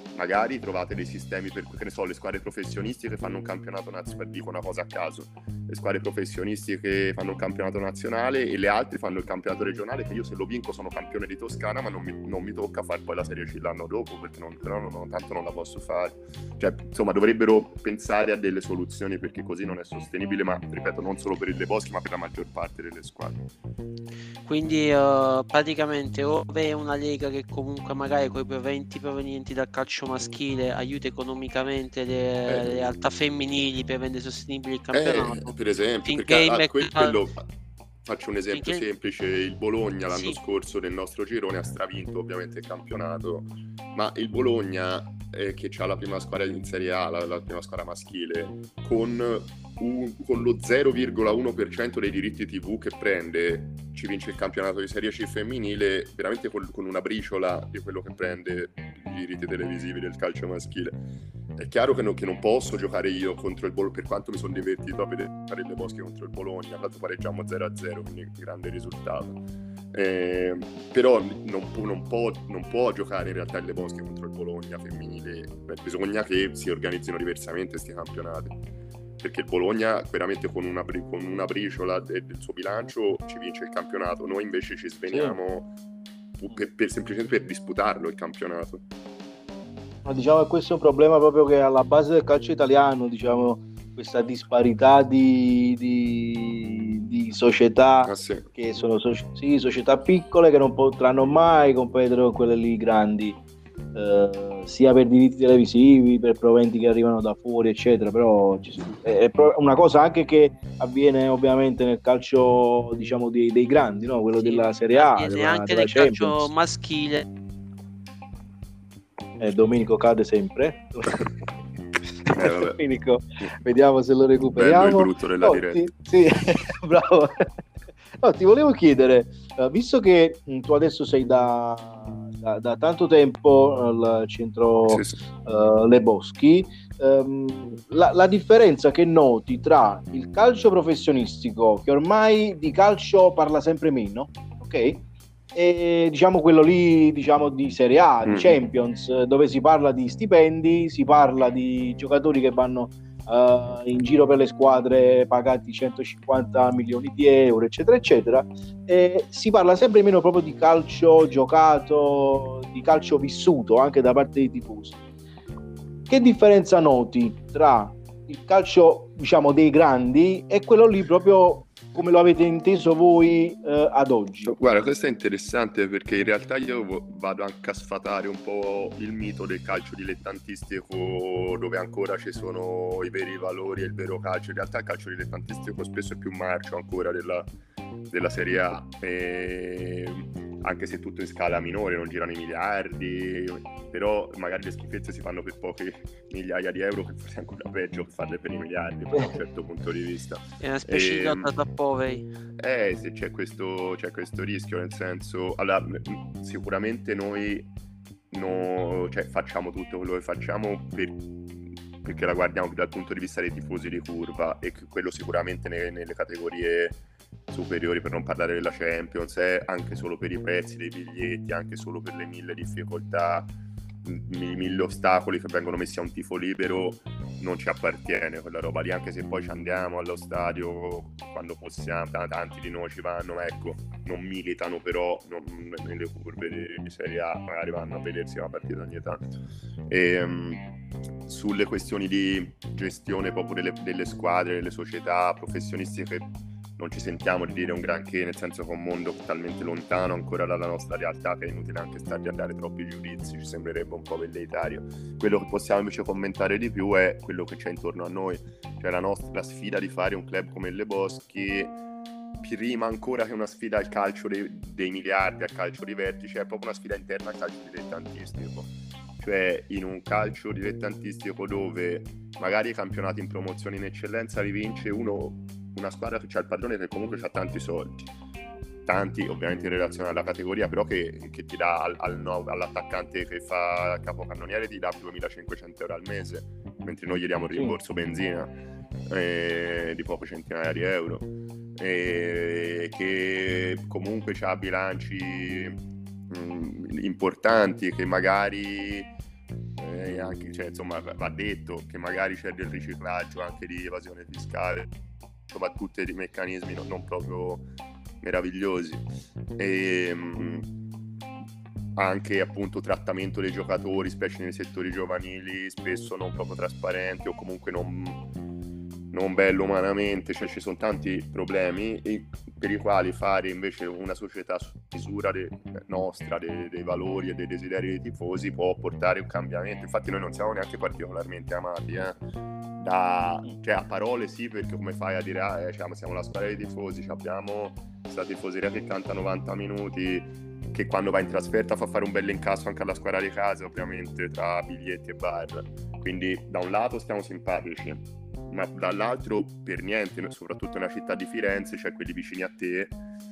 magari trovate dei sistemi per, che ne so, le squadre professionistiche fanno un campionato nazionale, dico una cosa a caso, le squadre professionistiche fanno il campionato nazionale e le altre fanno il campionato regionale, che io se lo vinco sono campione di Toscana, ma non mi, non mi tocca fare poi la Serie C l'anno dopo, perché non, però non, tanto non la posso fare. Cioè, insomma, dovrebbero pensare a delle soluzioni, perché così non è sostenibile, ma ripeto, non solo per il Le Boschi, ma per la maggior parte delle squadre.
Quindi uh, praticamente o è una lega che comunque magari con i proventi provenienti dal calcio maschile aiuta economicamente le,
Eh,
le realtà femminili per rendere sostenibile il campionato,
eh, per esempio,
finché
perché
il
ah, que-
mercato-
quello, faccio un esempio
finché-
semplice: il Bologna l'anno
Sì.
scorso nel nostro girone ha stravinto ovviamente il campionato, ma il Bologna eh, che ha la prima squadra in Serie A, la, la prima squadra maschile, con, un, con lo zero virgola uno per cento dei diritti tivù che prende, ci vince il campionato di Serie C femminile veramente con, con una briciola di quello che prende i diritti televisivi del calcio maschile. È chiaro che non, che non posso giocare io contro il Bologna, per quanto mi sono divertito a vedere fare Le Boschi contro il Bologna, tanto pareggiamo zero a zero, quindi grande risultato. Eh, però non può, non, può, non può giocare in realtà il Le Boschi contro il Bologna femminile. Beh, bisogna che si organizzino diversamente questi campionati, perché il Bologna veramente con una, con una briciola del, del suo bilancio ci vince il campionato, noi invece ci sveniamo sì. per, per, semplicemente per disputarlo il campionato.
Ma diciamo che questo è un problema proprio che è alla base del calcio italiano, diciamo, questa disparità di, di, di società
ah, sì.
che sono sì, società piccole che non potranno mai competere con quelle lì grandi, eh, sia per diritti televisivi, per proventi che arrivano da fuori, eccetera. Però è una cosa anche che avviene ovviamente nel calcio, diciamo, dei, dei grandi, no? Quello sì, della Serie A, della,
anche
della
nel
Champions.
Calcio maschile.
Eh, Domenico cade sempre.
Eh,
Domenico, vediamo se lo recuperiamo.
Bello il brutto della
no,
diretta.
Ti, sì, bravo. No, ti volevo chiedere, uh, visto che mh, tu adesso sei da, da, da tanto tempo al centro
sì, sì.
Uh, Le Boschi, um, la, la differenza che noti tra il calcio professionistico, che ormai di calcio parla sempre meno, ok? E diciamo quello lì, diciamo, di Serie A, di Champions, dove si parla di stipendi, si parla di giocatori che vanno uh, in giro per le squadre pagati centocinquanta milioni di euro, eccetera eccetera, e si parla sempre meno proprio di calcio giocato, di calcio vissuto anche da parte dei tifosi. Che differenza noti tra il calcio, diciamo, dei grandi e quello lì proprio come lo avete inteso voi eh, ad oggi?
Guarda, questo è interessante, perché in realtà io vado anche a sfatare un po' il mito del calcio dilettantistico, dove ancora ci sono i veri valori e il vero calcio. In realtà il calcio dilettantistico spesso è più marcio ancora della, della Serie A, e anche se tutto in scala minore, non girano i miliardi, però magari le schifezze si fanno per poche migliaia di euro, che forse è ancora peggio che farle per i miliardi, da un certo punto di vista.
È una specie di lotta tra poveri.
Eh sì, c'è questo, c'è questo rischio, nel senso, allora, sicuramente noi no, cioè, facciamo tutto quello che facciamo per, perché la guardiamo più dal punto di vista dei tifosi di curva, e quello sicuramente nelle, nelle categorie superiori, per non parlare della Champions, è anche solo per i prezzi dei biglietti, anche solo per le mille difficoltà, mille ostacoli che vengono messi a un tifo libero. Non ci appartiene quella roba lì, anche se poi ci andiamo allo stadio quando possiamo, tanti di noi ci vanno, ma ecco, non militano però non, nelle curve di, di Serie A, magari vanno a vedersi una partita ogni tanto. E, um, sulle questioni di gestione proprio delle, delle squadre, delle società professionistiche, non ci sentiamo di dire un granché, nel senso che è un mondo talmente lontano ancora dalla nostra realtà che è inutile anche stargli a dare troppi giudizi, ci sembrerebbe un po' velleitario. Quello che possiamo invece commentare di più è quello che c'è intorno a noi, cioè la, nostra, la sfida di fare un club come il Le Boschi, prima ancora che una sfida al calcio dei, dei miliardi, al calcio di vertice, è proprio una sfida interna al calcio dilettantistico. Cioè in un calcio dilettantistico dove magari i campionati in promozione in eccellenza li vince uno, una squadra che ha il padrone che comunque ha tanti soldi, tanti ovviamente in relazione alla categoria, però che, che ti dà al, al no, all'attaccante che fa capocannoniere ti dà duemilacinquecento euro al mese, mentre noi gli diamo il rimborso benzina eh, di poche centinaia di euro, e che comunque ha bilanci importanti, che magari eh, anche, cioè, insomma, va detto che magari c'è del riciclaggio anche di evasione fiscale soprattutto di meccanismi non, non proprio meravigliosi, e mh, anche appunto trattamento dei giocatori, specie nei settori giovanili, spesso non proprio trasparente o comunque non, non bello umanamente, cioè ci sono tanti problemi e per i quali fare invece una società su misura de, nostra, de, dei valori e dei desideri dei tifosi può portare un cambiamento. Infatti noi non siamo neanche particolarmente amati, eh? Da, cioè a parole sì, perché come fai a dire ah, eh, cioè, siamo la squadra dei tifosi, abbiamo questa tifoseria che canta novanta minuti, che quando va in trasferta fa fare un bel incasso anche alla squadra di casa, ovviamente, tra biglietti e bar. Quindi da un lato stiamo simpatici, ma dall'altro per niente, soprattutto nella città di Firenze, cioè quelli vicini a te,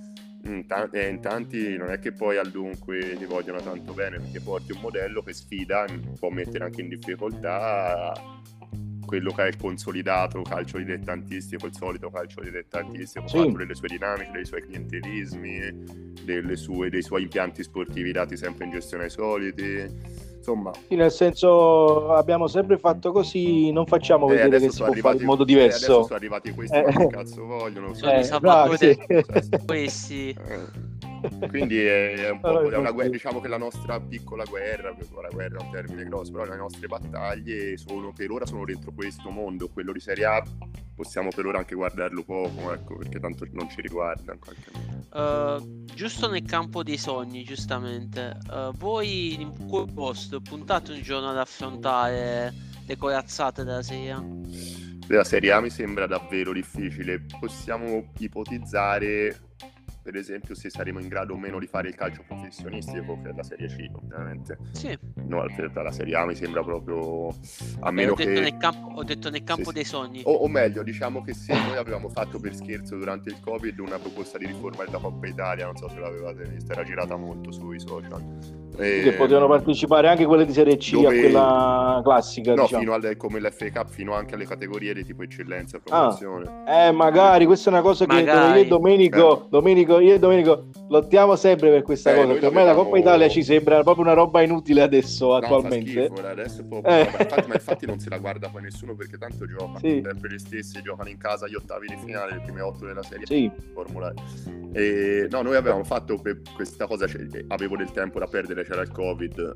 in, ta- eh, in tanti non è che poi al dunque ti vogliono tanto bene, perché porti un modello che sfida, può mettere anche in difficoltà quello che è il consolidato calcio dilettantistico, il solito calcio dilettantistico,
sì.
fatto delle sue dinamiche, dei suoi clientelismi, delle sue, dei suoi impianti sportivi dati sempre in gestione ai soliti. Insomma,
sì, nel senso abbiamo sempre fatto così, non facciamo
eh,
vedere che si può fare in modo diverso.
Eh, adesso sono arrivati questi
eh,
che cazzo vogliono,
sono
eh,
i Salvatore
sì.
questi.
Eh. Quindi è, è un po'
Allora,
è una guerra, diciamo che la nostra piccola guerra, la guerra è un termine grosso, però le nostre battaglie sono per ora sono dentro questo mondo, quello di Serie A possiamo per ora anche guardarlo poco, ecco, perché tanto non ci riguarda in qualche modo.
Uh, giusto nel campo dei sogni, giustamente, uh, voi in quel posto puntate un giorno ad affrontare le corazzate della Serie A?
Della Serie A mi sembra davvero difficile. Possiamo ipotizzare, per esempio, se saremo in grado o meno di fare il calcio professionistico per la Serie C, ovviamente.
Sì.
No, per la Serie A mi sembra proprio a
Beh,
meno
ho detto
che
nel campo, ho detto nel campo
sì,
dei
sì.
sogni.
O, o meglio, diciamo che se noi avevamo fatto per scherzo durante il Covid una proposta di riforma della Coppa Italia, non so se l'avevate vista, era girata molto sui social. E...
che potevano partecipare anche quelle di Serie C,
dove...
a quella classica,
no,
diciamo.
fino alle, come l'F A Cup, fino anche alle categorie di tipo eccellenza e promozione.
Ah, eh, magari, questa è una cosa che
Magari.
io e Domenico,
Eh.
Domenico, io e Domenico lottiamo sempre per questa
Eh,
cosa,
noi
perché ormai la
l'avevamo-
Coppa Italia ci sembra proprio una roba inutile adesso,
No,
attualmente.
fa schifo, adesso è proprio...
Eh.
vabbè, infatti, ma infatti non se la guarda poi nessuno, perché tanto giocano
Sì.
sempre gli stessi, giocano in casa gli ottavi di finale, le prime otto della serie
Sì.
Formula E. E no, noi avevamo fatto per questa cosa, cioè, avevo del tempo da perdere, c'era il Covid,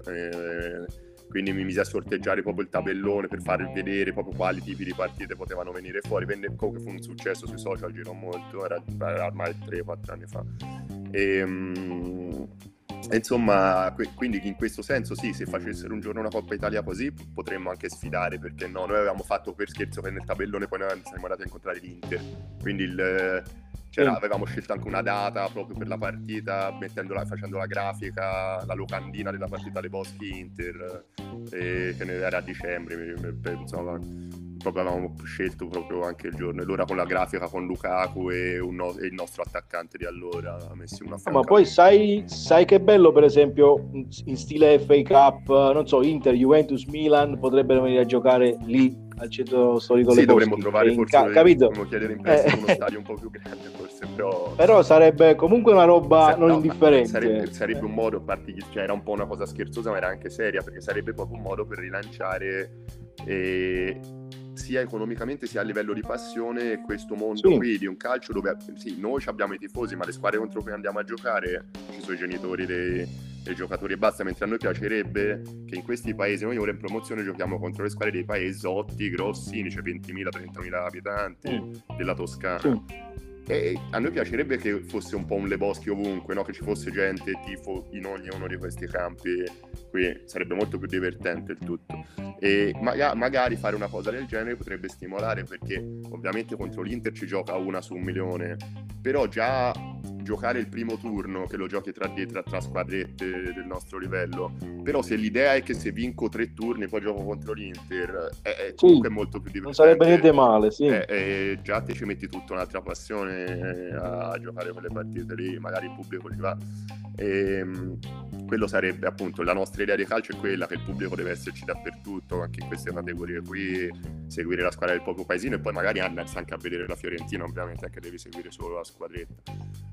eh, quindi mi misi a sorteggiare proprio il tabellone per far vedere proprio quali tipi di partite potevano venire fuori. Venne, comunque fu un successo sui social, girò molto, era, era ormai tre quattro anni fa. E, mm, insomma, que- quindi in questo senso sì, se facessero un giorno una Coppa Italia così potremmo anche sfidare, perché no, noi avevamo fatto per scherzo che nel tabellone poi noi siamo andati a incontrare l'Inter, quindi il, c'era,
Sì.
avevamo scelto anche una data proprio per la partita, mettendola, facendo la grafica, la locandina della partita dei Boschi Inter, e che ne era a dicembre, mi- mi- per- insomma, proprio avevamo scelto proprio anche il giorno, e l'ora con la grafica con Lukaku e, un no- e il nostro attaccante di allora, messi una
Ah, ma poi sai, sai che bello, per esempio, in stile F A Cup, non so, Inter, Juventus, Milan potrebbero venire a giocare lì al centro storico
sì,
dei
dovremmo
Boschi,
trovare
in
forse
ca- capito?
dovremmo chiedere in prestito
Eh.
uno stadio un po' più grande forse, però
Però sarebbe comunque una roba
Sa-
non
no,
indifferente.
sarebbe, sarebbe un modo, a parte, cioè era un po' una cosa scherzosa ma era anche seria, perché sarebbe proprio un modo per rilanciare eh, sia economicamente sia a livello di passione questo mondo
Sì.
qui di un calcio dove sì, noi ci abbiamo i tifosi, ma le squadre contro cui andiamo a giocare ci sono i genitori dei, dei giocatori e basta, mentre a noi piacerebbe che in questi paesi, noi ora in promozione giochiamo contro le squadre dei paesotti grossini, cioè ventimila trentamila abitanti
Mm.
della Toscana.
Sì.
E a noi piacerebbe che fosse un po' un Le Boschi ovunque, no? Che ci fosse gente tifo in ognuno di questi campi, qui sarebbe molto più divertente il tutto. E maga- magari fare una cosa del genere potrebbe stimolare, perché ovviamente contro l'Inter ci gioca una su un milione, però già giocare il primo turno che lo giochi tra, tra, tra squadrette del nostro livello, però se l'idea è che se vinco tre turni poi gioco contro l'Inter è, è comunque
Sì.
molto più divertente.
Non sarebbe niente male, sì.
Eh, eh, già te ci metti tutta un'altra passione eh, a giocare quelle partite lì, magari il pubblico ci va. E, mh, quello sarebbe appunto la nostra idea di calcio, è quella che il pubblico deve esserci dappertutto, anche in queste categorie qui, seguire la squadra del proprio paesino e poi magari andarsi anche a vedere la Fiorentina, ovviamente anche devi seguire solo la squadretta.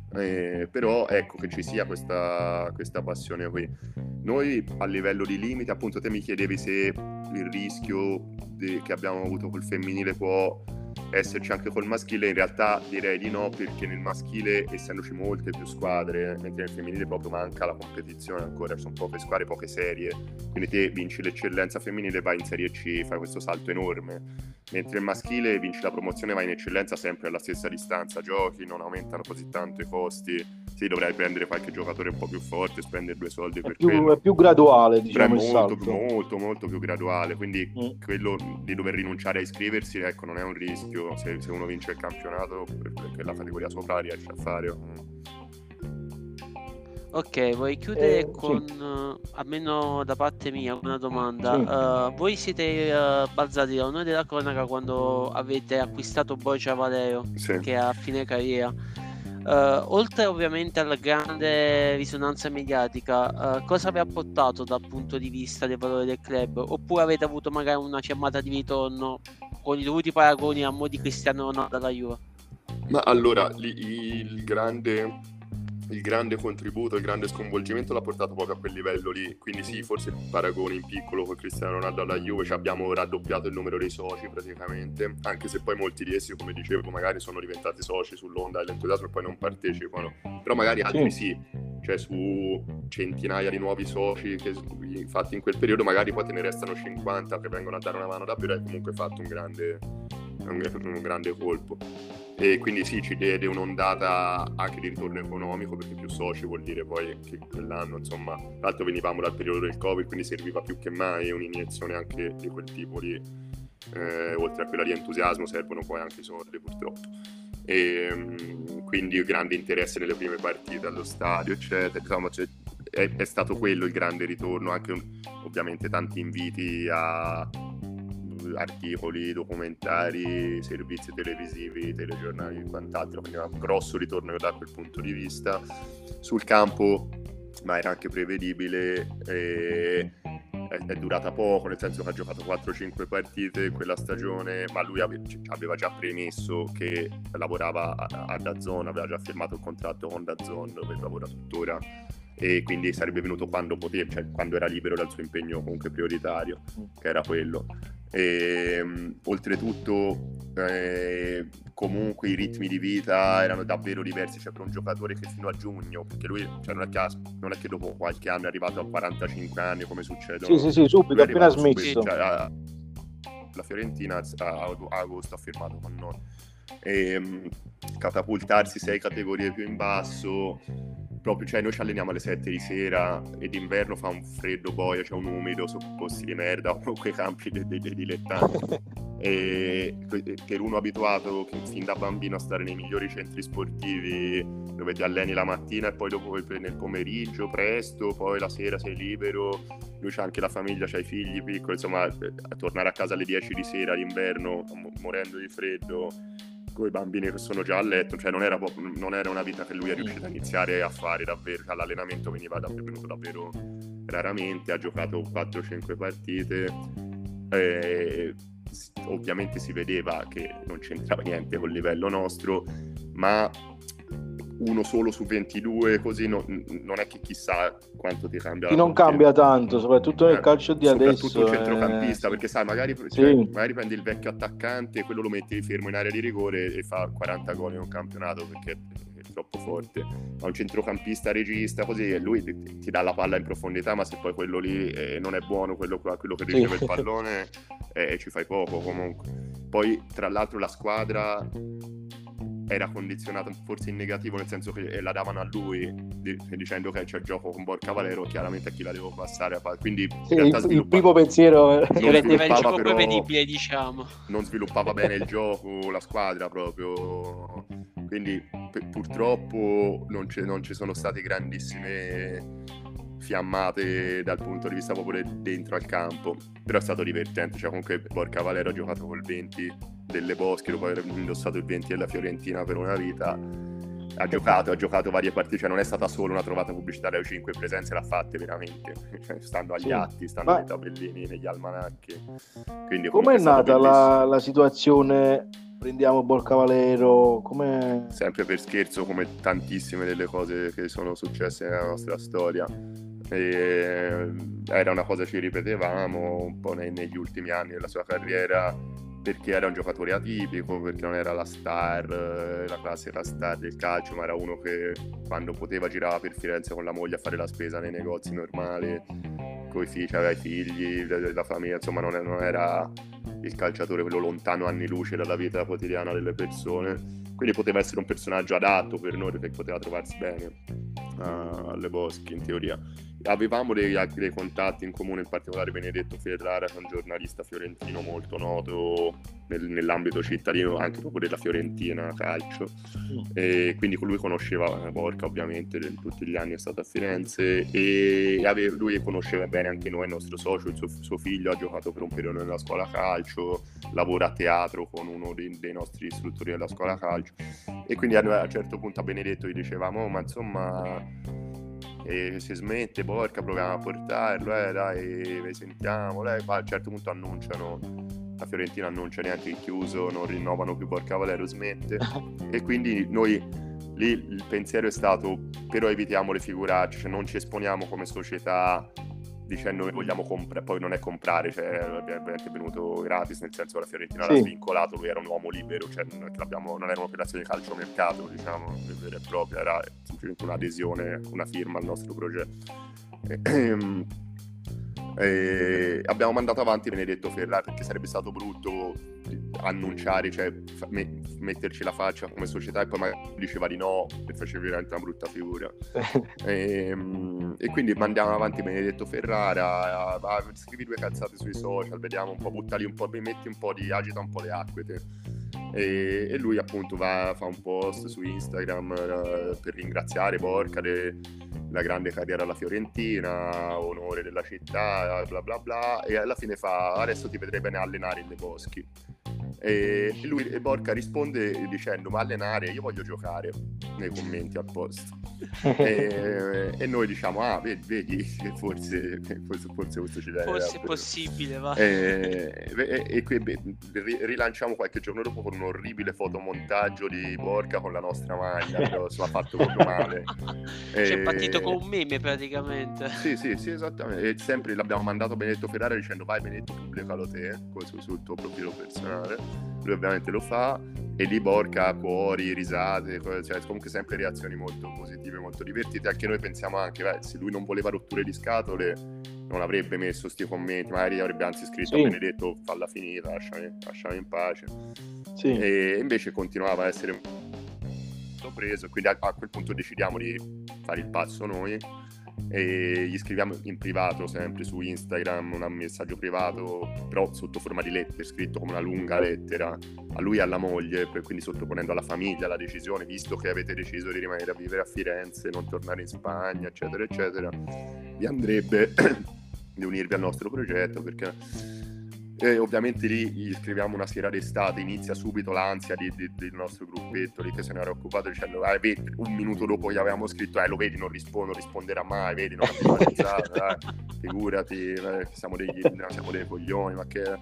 Eh, però ecco che ci sia questa, questa passione qui. Noi a livello di limite, appunto te mi chiedevi se il rischio de- che abbiamo avuto col femminile può esserci anche col maschile, in realtà direi di no, perché nel maschile, essendoci molte più squadre, mentre nel femminile proprio manca la competizione ancora, ci sono poche squadre, poche serie, quindi te vinci l'eccellenza femminile, vai in Serie C, fai questo salto enorme, mentre il maschile vinci la promozione, vai in eccellenza sempre alla stessa distanza, giochi, non aumentano così tanto i costi. Sì, dovrai prendere qualche giocatore un po' più forte, spendere due soldi per
È più,
quello.
è più graduale, diciamo,
Però è
il
molto,
salto.
molto, molto più graduale, quindi
Mm.
quello di dover rinunciare a iscriversi, ecco, non è un rischio. Se, se uno vince il campionato, perché la categoria sopra riesce a fare.
Ok, vuoi chiudere
Eh,
con,
sì.
eh, almeno da parte mia, una domanda?
Sì.
Eh, voi siete eh, balzati da onore della cronaca quando avete acquistato Borja Valero,
Sì.
che è a fine carriera. Eh, oltre ovviamente alla grande risonanza mediatica, eh, cosa vi ha portato dal punto di vista del valore del club? Oppure avete avuto magari una fiammata di ritorno con i dovuti paragoni a mo' di Cristiano Ronaldo alla Juve?
Ma allora, li- il grande, il grande contributo, il grande sconvolgimento l'ha portato proprio a quel livello lì. Quindi sì, forse il paragone in piccolo con Cristiano Ronaldo alla Juve, ci abbiamo raddoppiato il numero dei soci praticamente, anche se poi molti di essi, come dicevo, magari sono diventati soci sull'onda dell'entusiasmo e poi non partecipano, però magari altri sì, cioè su centinaia di nuovi soci che infatti in quel periodo magari poi te ne restano cinquanta che vengono a dare una mano davvero, hai comunque fatto un grande, un, un grande colpo. E quindi sì, ci diede un'ondata anche di ritorno economico, perché più soci vuol dire poi che quell'anno, insomma, tra l'altro venivamo dal periodo del Covid, quindi serviva più che mai un'iniezione anche di quel tipo di, eh, oltre a quella di entusiasmo, servono poi anche i soldi purtroppo. E quindi grande interesse nelle prime partite allo stadio, eccetera. Insomma, cioè, è, è stato quello il grande ritorno, anche un, ovviamente tanti inviti a articoli, documentari, servizi televisivi, telegiornali e quant'altro, quindi un grosso ritorno da quel punto di vista. Sul campo, ma era anche prevedibile, e è, è durata poco, nel senso che ha giocato quattro cinque partite quella stagione, ma lui ave, aveva già premesso che lavorava a, a DAZN, aveva già firmato il contratto con DAZN, dove lavora tuttora, e quindi sarebbe venuto quando poteva, cioè quando era libero dal suo impegno comunque prioritario, che era quello. E, um, oltretutto eh, comunque i ritmi di vita erano davvero diversi, cioè per un giocatore che fino a giugno, perché lui cioè, non, è che, non è che dopo qualche anno è arrivato a quarantacinque anni come succede,
sì sì sì, subito, appena smesso,
subito, cioè, a, la Fiorentina a, a agosto ha firmato con noi, e um, catapultarsi sei categorie più in basso, proprio, cioè noi ci alleniamo alle sette di sera e d'inverno fa un freddo boia, c'è cioè un umido su posti di merda o quei campi dei, dei, dei dilettanti. E per uno abituato che fin da bambino a stare nei migliori centri sportivi dove ti alleni la mattina e poi dopo nel pomeriggio presto, poi la sera sei libero, lui c'ha anche la famiglia, c'ha i figli piccoli, insomma a tornare a casa alle dieci di sera d'inverno morendo di freddo con i bambini che sono già a letto, cioè non era, non era una vita che lui è riuscito a iniziare a fare davvero, cioè, l'allenamento veniva davvero, venuto davvero raramente, ha giocato quattro cinque partite, e ovviamente si vedeva che non c'entrava niente col livello nostro, ma uno solo su ventidue così no, non è che chissà quanto ti cambia.
Ti non cambia tanto, soprattutto nel calcio di
soprattutto
adesso.
Soprattutto un centrocampista,
eh...
perché sai, magari,
sì.
cioè, magari prendi il vecchio attaccante e quello lo metti fermo in area di rigore e fa quaranta gol in un campionato perché è troppo forte. Ma un centrocampista regista così, lui ti, ti dà la palla in profondità, ma se poi quello lì eh, non è buono, quello, quello che riceve sì. il pallone, eh, ci fai poco comunque. Poi tra l'altro la squadra era condizionata forse in negativo, nel senso che la davano a lui dicendo che c'è il gioco con Borja Valero, chiaramente a chi la devo passare a... quindi
sì, in realtà il primo pensiero
non sviluppava, però, prevedibile, diciamo,
non sviluppava bene il gioco, la squadra proprio, quindi p- purtroppo non, non ci sono state grandissime fiammate dal punto di vista proprio dentro al campo, però è stato divertente, cioè comunque Borja Valero ha giocato col venti delle Bosche, dopo aver indossato il venti della Fiorentina per una vita, ha giocato, ha giocato varie partite, cioè non è stata solo una trovata pubblicitaria, cinque presenze l'ha fatte veramente, cioè, stando agli sì. atti, stando Ma... nei tabellini, negli almanacchi. Quindi
com'è nata la, la situazione prendiamo Borja Valero? Come...
sempre per scherzo, come tantissime delle cose che sono successe nella nostra storia. E era una cosa che ci ripetevamo un po' nei, negli ultimi anni della sua carriera, perché era un giocatore atipico, perché non era la star, la classica star del calcio, ma era uno che quando poteva girava per Firenze con la moglie a fare la spesa nei negozi normali, coi figli, aveva i figli, la famiglia, insomma non era il calciatore quello lontano anni luce dalla vita quotidiana delle persone, quindi poteva essere un personaggio adatto per noi perché poteva trovarsi bene uh, alle Boschi in teoria. Avevamo dei, dei contatti in comune, in particolare Benedetto Ferrara, che è un giornalista fiorentino molto noto nel, nell'ambito cittadino, anche proprio della Fiorentina calcio, e quindi lui conosceva Borca, ovviamente tutti gli anni è stato a Firenze, e aveva, lui conosceva bene anche noi, il nostro socio, il suo, suo figlio ha giocato per un periodo nella scuola calcio, lavora a teatro con uno dei, dei nostri istruttori della scuola calcio, e quindi a, a un certo punto a Benedetto gli dicevamo, oh, ma insomma... e si smette, Borca, proviamo a portarlo, eh dai, sentiamo, lei, a un certo punto annunciano, la Fiorentina annuncia neanche il chiuso, non rinnovano più Borca Valero, smette, e quindi noi lì il pensiero è stato, però evitiamo le figuracce, cioè non ci esponiamo come società dicendo che vogliamo comprare, poi non è comprare, cioè è anche venuto gratis, nel senso che la Fiorentina sì. l'ha svincolato, lui era un uomo libero, cioè non, è che l'abbiamo, non era un'operazione di calciomercato, diciamo, vera e propria, era semplicemente un'adesione, una firma al nostro progetto. E, e, e abbiamo mandato avanti Benedetto Ferrara perché sarebbe stato brutto annunciare, cioè me, metterci la faccia come società e poi magari diceva di no e faceva veramente una brutta figura. e, e quindi mandiamo avanti Benedetto Ferrara, va, scrivi due cazzate sui social, vediamo un po', buttali un po', metti un po' di, agita un po' le acque te. E, e lui appunto va, fa un post su Instagram uh, per ringraziare Borca de, la grande carriera alla Fiorentina, onore della città, bla bla bla, e alla fine fa adesso ti vedrei bene allenare in Le Boschi. E lui, e Borca risponde dicendo ma allenare, io voglio giocare, nei commenti al post. e, e noi diciamo ah vedi, vedi forse, forse, forse questo ci deve
forse è possibile, va.
E, e, e qui beh, rilanciamo qualche giorno dopo con un orribile fotomontaggio di Borca con la nostra maglia, però se l'ha fatto proprio male.
C'è
e...
partito con un meme praticamente.
Sì, sì, sì, esattamente. E sempre l'abbiamo mandato a Benedetto Ferrara dicendo vai Benedetto, pubblicalo te sul, sul tuo profilo personale. Lui ovviamente lo fa e lì Borca, cuori, risate, cioè comunque sempre reazioni molto positive, molto divertite. Anche noi pensiamo anche, beh, se lui non voleva rotture di scatole non avrebbe messo sti commenti, magari avrebbe anzi scritto sì. a Benedetto falla finita, lasciami, lasciami in pace. Sì. E invece continuava a essere preso, quindi a, a quel punto decidiamo di fare il passo noi e gli scriviamo in privato sempre su Instagram un messaggio privato, però sotto forma di lettera, scritto come una lunga lettera a lui e alla moglie, quindi sottoponendo alla famiglia la decisione, visto che avete deciso di rimanere a vivere a Firenze, non tornare in Spagna, eccetera eccetera, vi andrebbe di unirvi al nostro progetto, perché e ovviamente lì gli scriviamo una sera d'estate, inizia subito l'ansia di, di, del nostro gruppetto lì che se ne era occupato dicendo eh, vedi, un minuto dopo che avevamo scritto eh lo vedi non rispondo, risponderà mai, vedi non abbiamo pensato, eh, figurati, eh, siamo, degli, siamo dei coglioni, ma che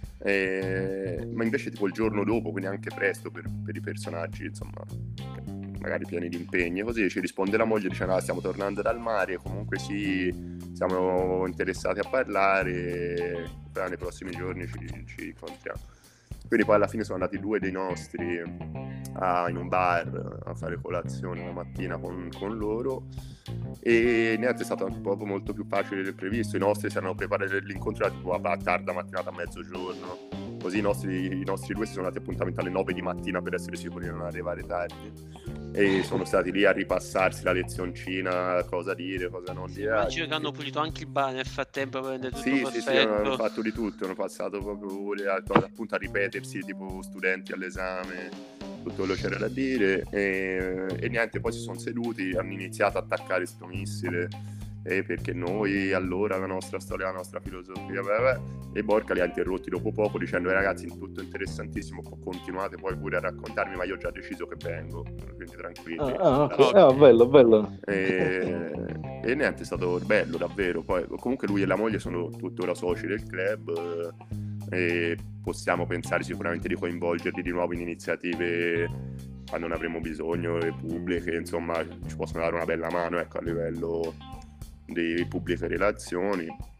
eh, ma invece tipo il giorno dopo, quindi anche presto per, per i personaggi insomma magari pieni di impegni, così ci risponde la moglie dicendo ah, stiamo tornando dal mare, comunque sì, siamo interessati a parlare, però nei prossimi giorni ci, ci incontriamo. Quindi poi alla fine sono andati due dei nostri a, in un bar a fare colazione la mattina con, con loro e niente, è stato proprio molto più facile del previsto. I nostri si erano preparati l'incontro tipo a tarda mattinata a mezzogiorno, così i nostri, i nostri due si sono dati appuntamento alle nove di mattina per essere sicuri di non arrivare tardi e sono stati lì a ripassarsi la lezioncina, cosa dire, cosa non dire.
Immagino che hanno pulito anche il bar nel frattempo per rendere tutto
sì,
perfetto.
Sì, sì, hanno fatto di tutto, hanno passato proprio appunto a ripetersi tipo studenti all'esame, tutto quello c'era da dire e, e niente, poi si sono seduti, hanno iniziato a attaccare sto missile eh, perché noi allora la nostra storia, la nostra filosofia beh, beh, e Borca li ha interrotti dopo poco dicendo eh, ragazzi tutto interessantissimo, continuate poi pure a raccontarmi ma io ho già deciso che vengo, quindi tranquilli.
Ah, ah, okay. ah bello bello
e, e niente, è stato bello davvero. Poi comunque lui e la moglie sono tuttora soci del club e possiamo pensare sicuramente di coinvolgerli di nuovo in iniziative quando ne avremo bisogno, le pubbliche, insomma ci possono dare una bella mano ecco a livello di pubbliche relazioni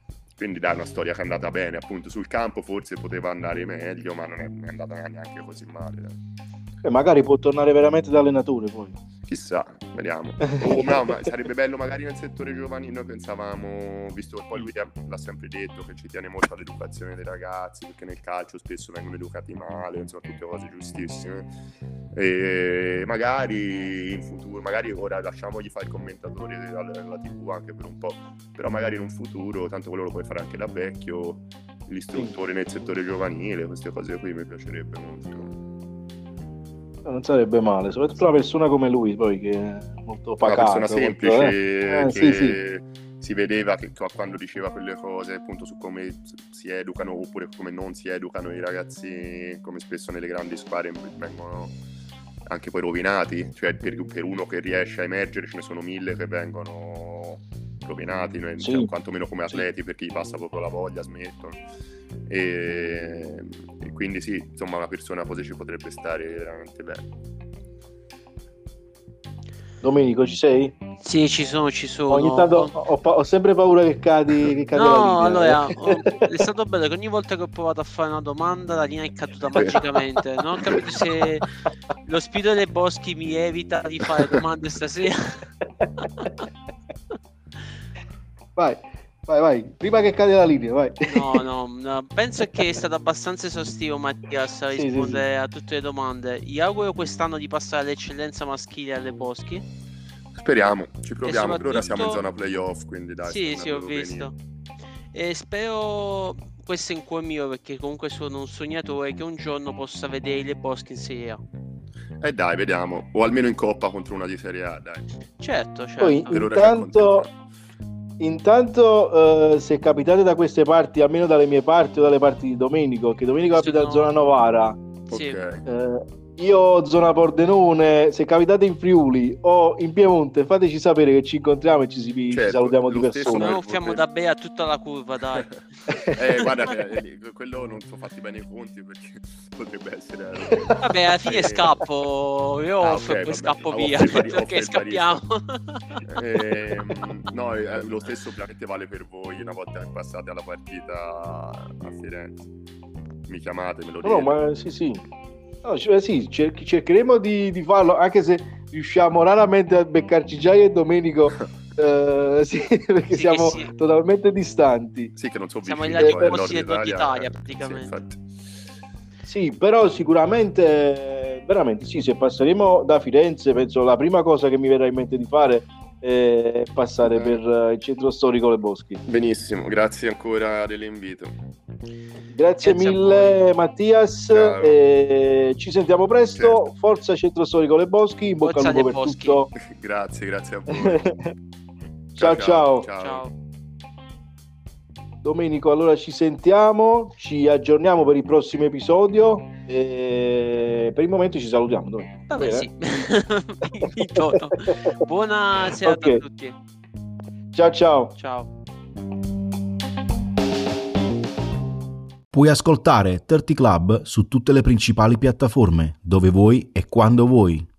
quindi dai, una storia che è andata bene, appunto sul campo forse poteva andare meglio, ma non è, non è andata neanche così male, dai.
E magari può tornare veramente da allenatore poi.
Chissà, vediamo. Oh, no, ma sarebbe bello magari nel settore giovanile. Noi pensavamo, visto che poi lui l'ha sempre detto, che ci tiene molto all'educazione dei ragazzi, perché nel calcio spesso vengono educati male, insomma, tutte cose giustissime. E magari in futuro, magari ora lasciamogli fare il commentatore della, della tivù anche per un po', però magari in un futuro, tanto quello lo puoi fare anche da vecchio, l'istruttore nel settore giovanile, queste cose qui mi piacerebbe molto.
Non sarebbe male, soprattutto una persona come lui, poi che è molto pacata.
Una persona semplice,
molto, eh? Eh,
che
sì, sì.
si vedeva che quando diceva quelle cose, appunto, su come si educano oppure come non si educano i ragazzi, come spesso nelle grandi squadre vengono anche poi rovinati, cioè per, per uno che riesce a emergere ce ne sono mille che vengono rovinati, cioè,
sì.
quantomeno come atleti, sì. Perché gli passa proprio la voglia, smettono. E, e quindi sì, insomma, una persona così ci potrebbe stare veramente bene.
Domenico, ci sei?
Sì, ci sono, ci sono.
Ogni tanto ho, ho, ho sempre paura che cadi, che cadi
no,
la linea.
Allora, oh, è stato bello che ogni volta che ho provato a fare una domanda la linea è caduta magicamente. Non ho capito se lo spirito dei boschi mi evita di fare domande stasera.
Vai. Vai, vai, prima che cade la linea, vai.
No, no, no, penso che è stato abbastanza esaustivo Mattias a rispondere sì, sì, sì. a tutte le domande. Gli auguro quest'anno di passare all'eccellenza maschile alle Boschi.
Speriamo, ci proviamo,
soprattutto...
per ora siamo in zona playoff, quindi dai.
Sì, sì, ho visto. Venire. E spero, questo è in cuore mio, perché comunque sono un sognatore, che un giorno possa vedere le Boschi in Serie A.
Eh dai, vediamo, o almeno in Coppa contro una di Serie A, dai.
Certo, certo.
Poi, intanto... Intanto, uh, se capitate da queste parti, almeno dalle mie parti o dalle parti di Domenico, che Domenico abita in zona Novara,
sì.
uh, io zona Pordenone, se capitate in Friuli o in Piemonte, fateci sapere che ci incontriamo e ci, si, certo, ci salutiamo di persona.
Noi offriamo da bere a tutta la curva, dai.
eh, guarda, che, quello non sono fatti bene i conti, perché potrebbe essere...
Vabbè, alla fine eh... scappo, io ah, offro okay, e poi scappo via, perché scappiamo.
eh, no, lo stesso ovviamente vale per voi, una volta che passate alla partita a Firenze. Mi chiamate, me lo dite.
No, ma sì, sì. No, cioè, sì, cer- cercheremo di, di farlo, anche se riusciamo raramente a beccarci già io e Domenico, eh, sì, perché sì, siamo sì. totalmente distanti.
Sì, che non so
siamo in là di posti del Nord Italia, praticamente.
Sì, sì, però sicuramente, veramente sì, se passeremo da Firenze, penso la prima cosa che mi verrà in mente di fare è passare eh. per il centro storico Le Boschi.
Benissimo, grazie ancora dell'invito.
Grazie, grazie mille Mattias, e ci sentiamo presto, certo. Forza Centro Storico Le Boschi, in bocca al lupo per Boschi. Tutto.
Grazie, grazie a voi.
ciao, ciao, ciao.
ciao.
ciao.
Domenico, allora ci sentiamo, ci aggiorniamo per il prossimo episodio e per il momento ci salutiamo. Dove?
Vabbè, sì. Buona serata okay. a tutti.
Ciao ciao.
Ciao.
Puoi ascoltare thirty Club su tutte le principali piattaforme, dove vuoi e quando vuoi.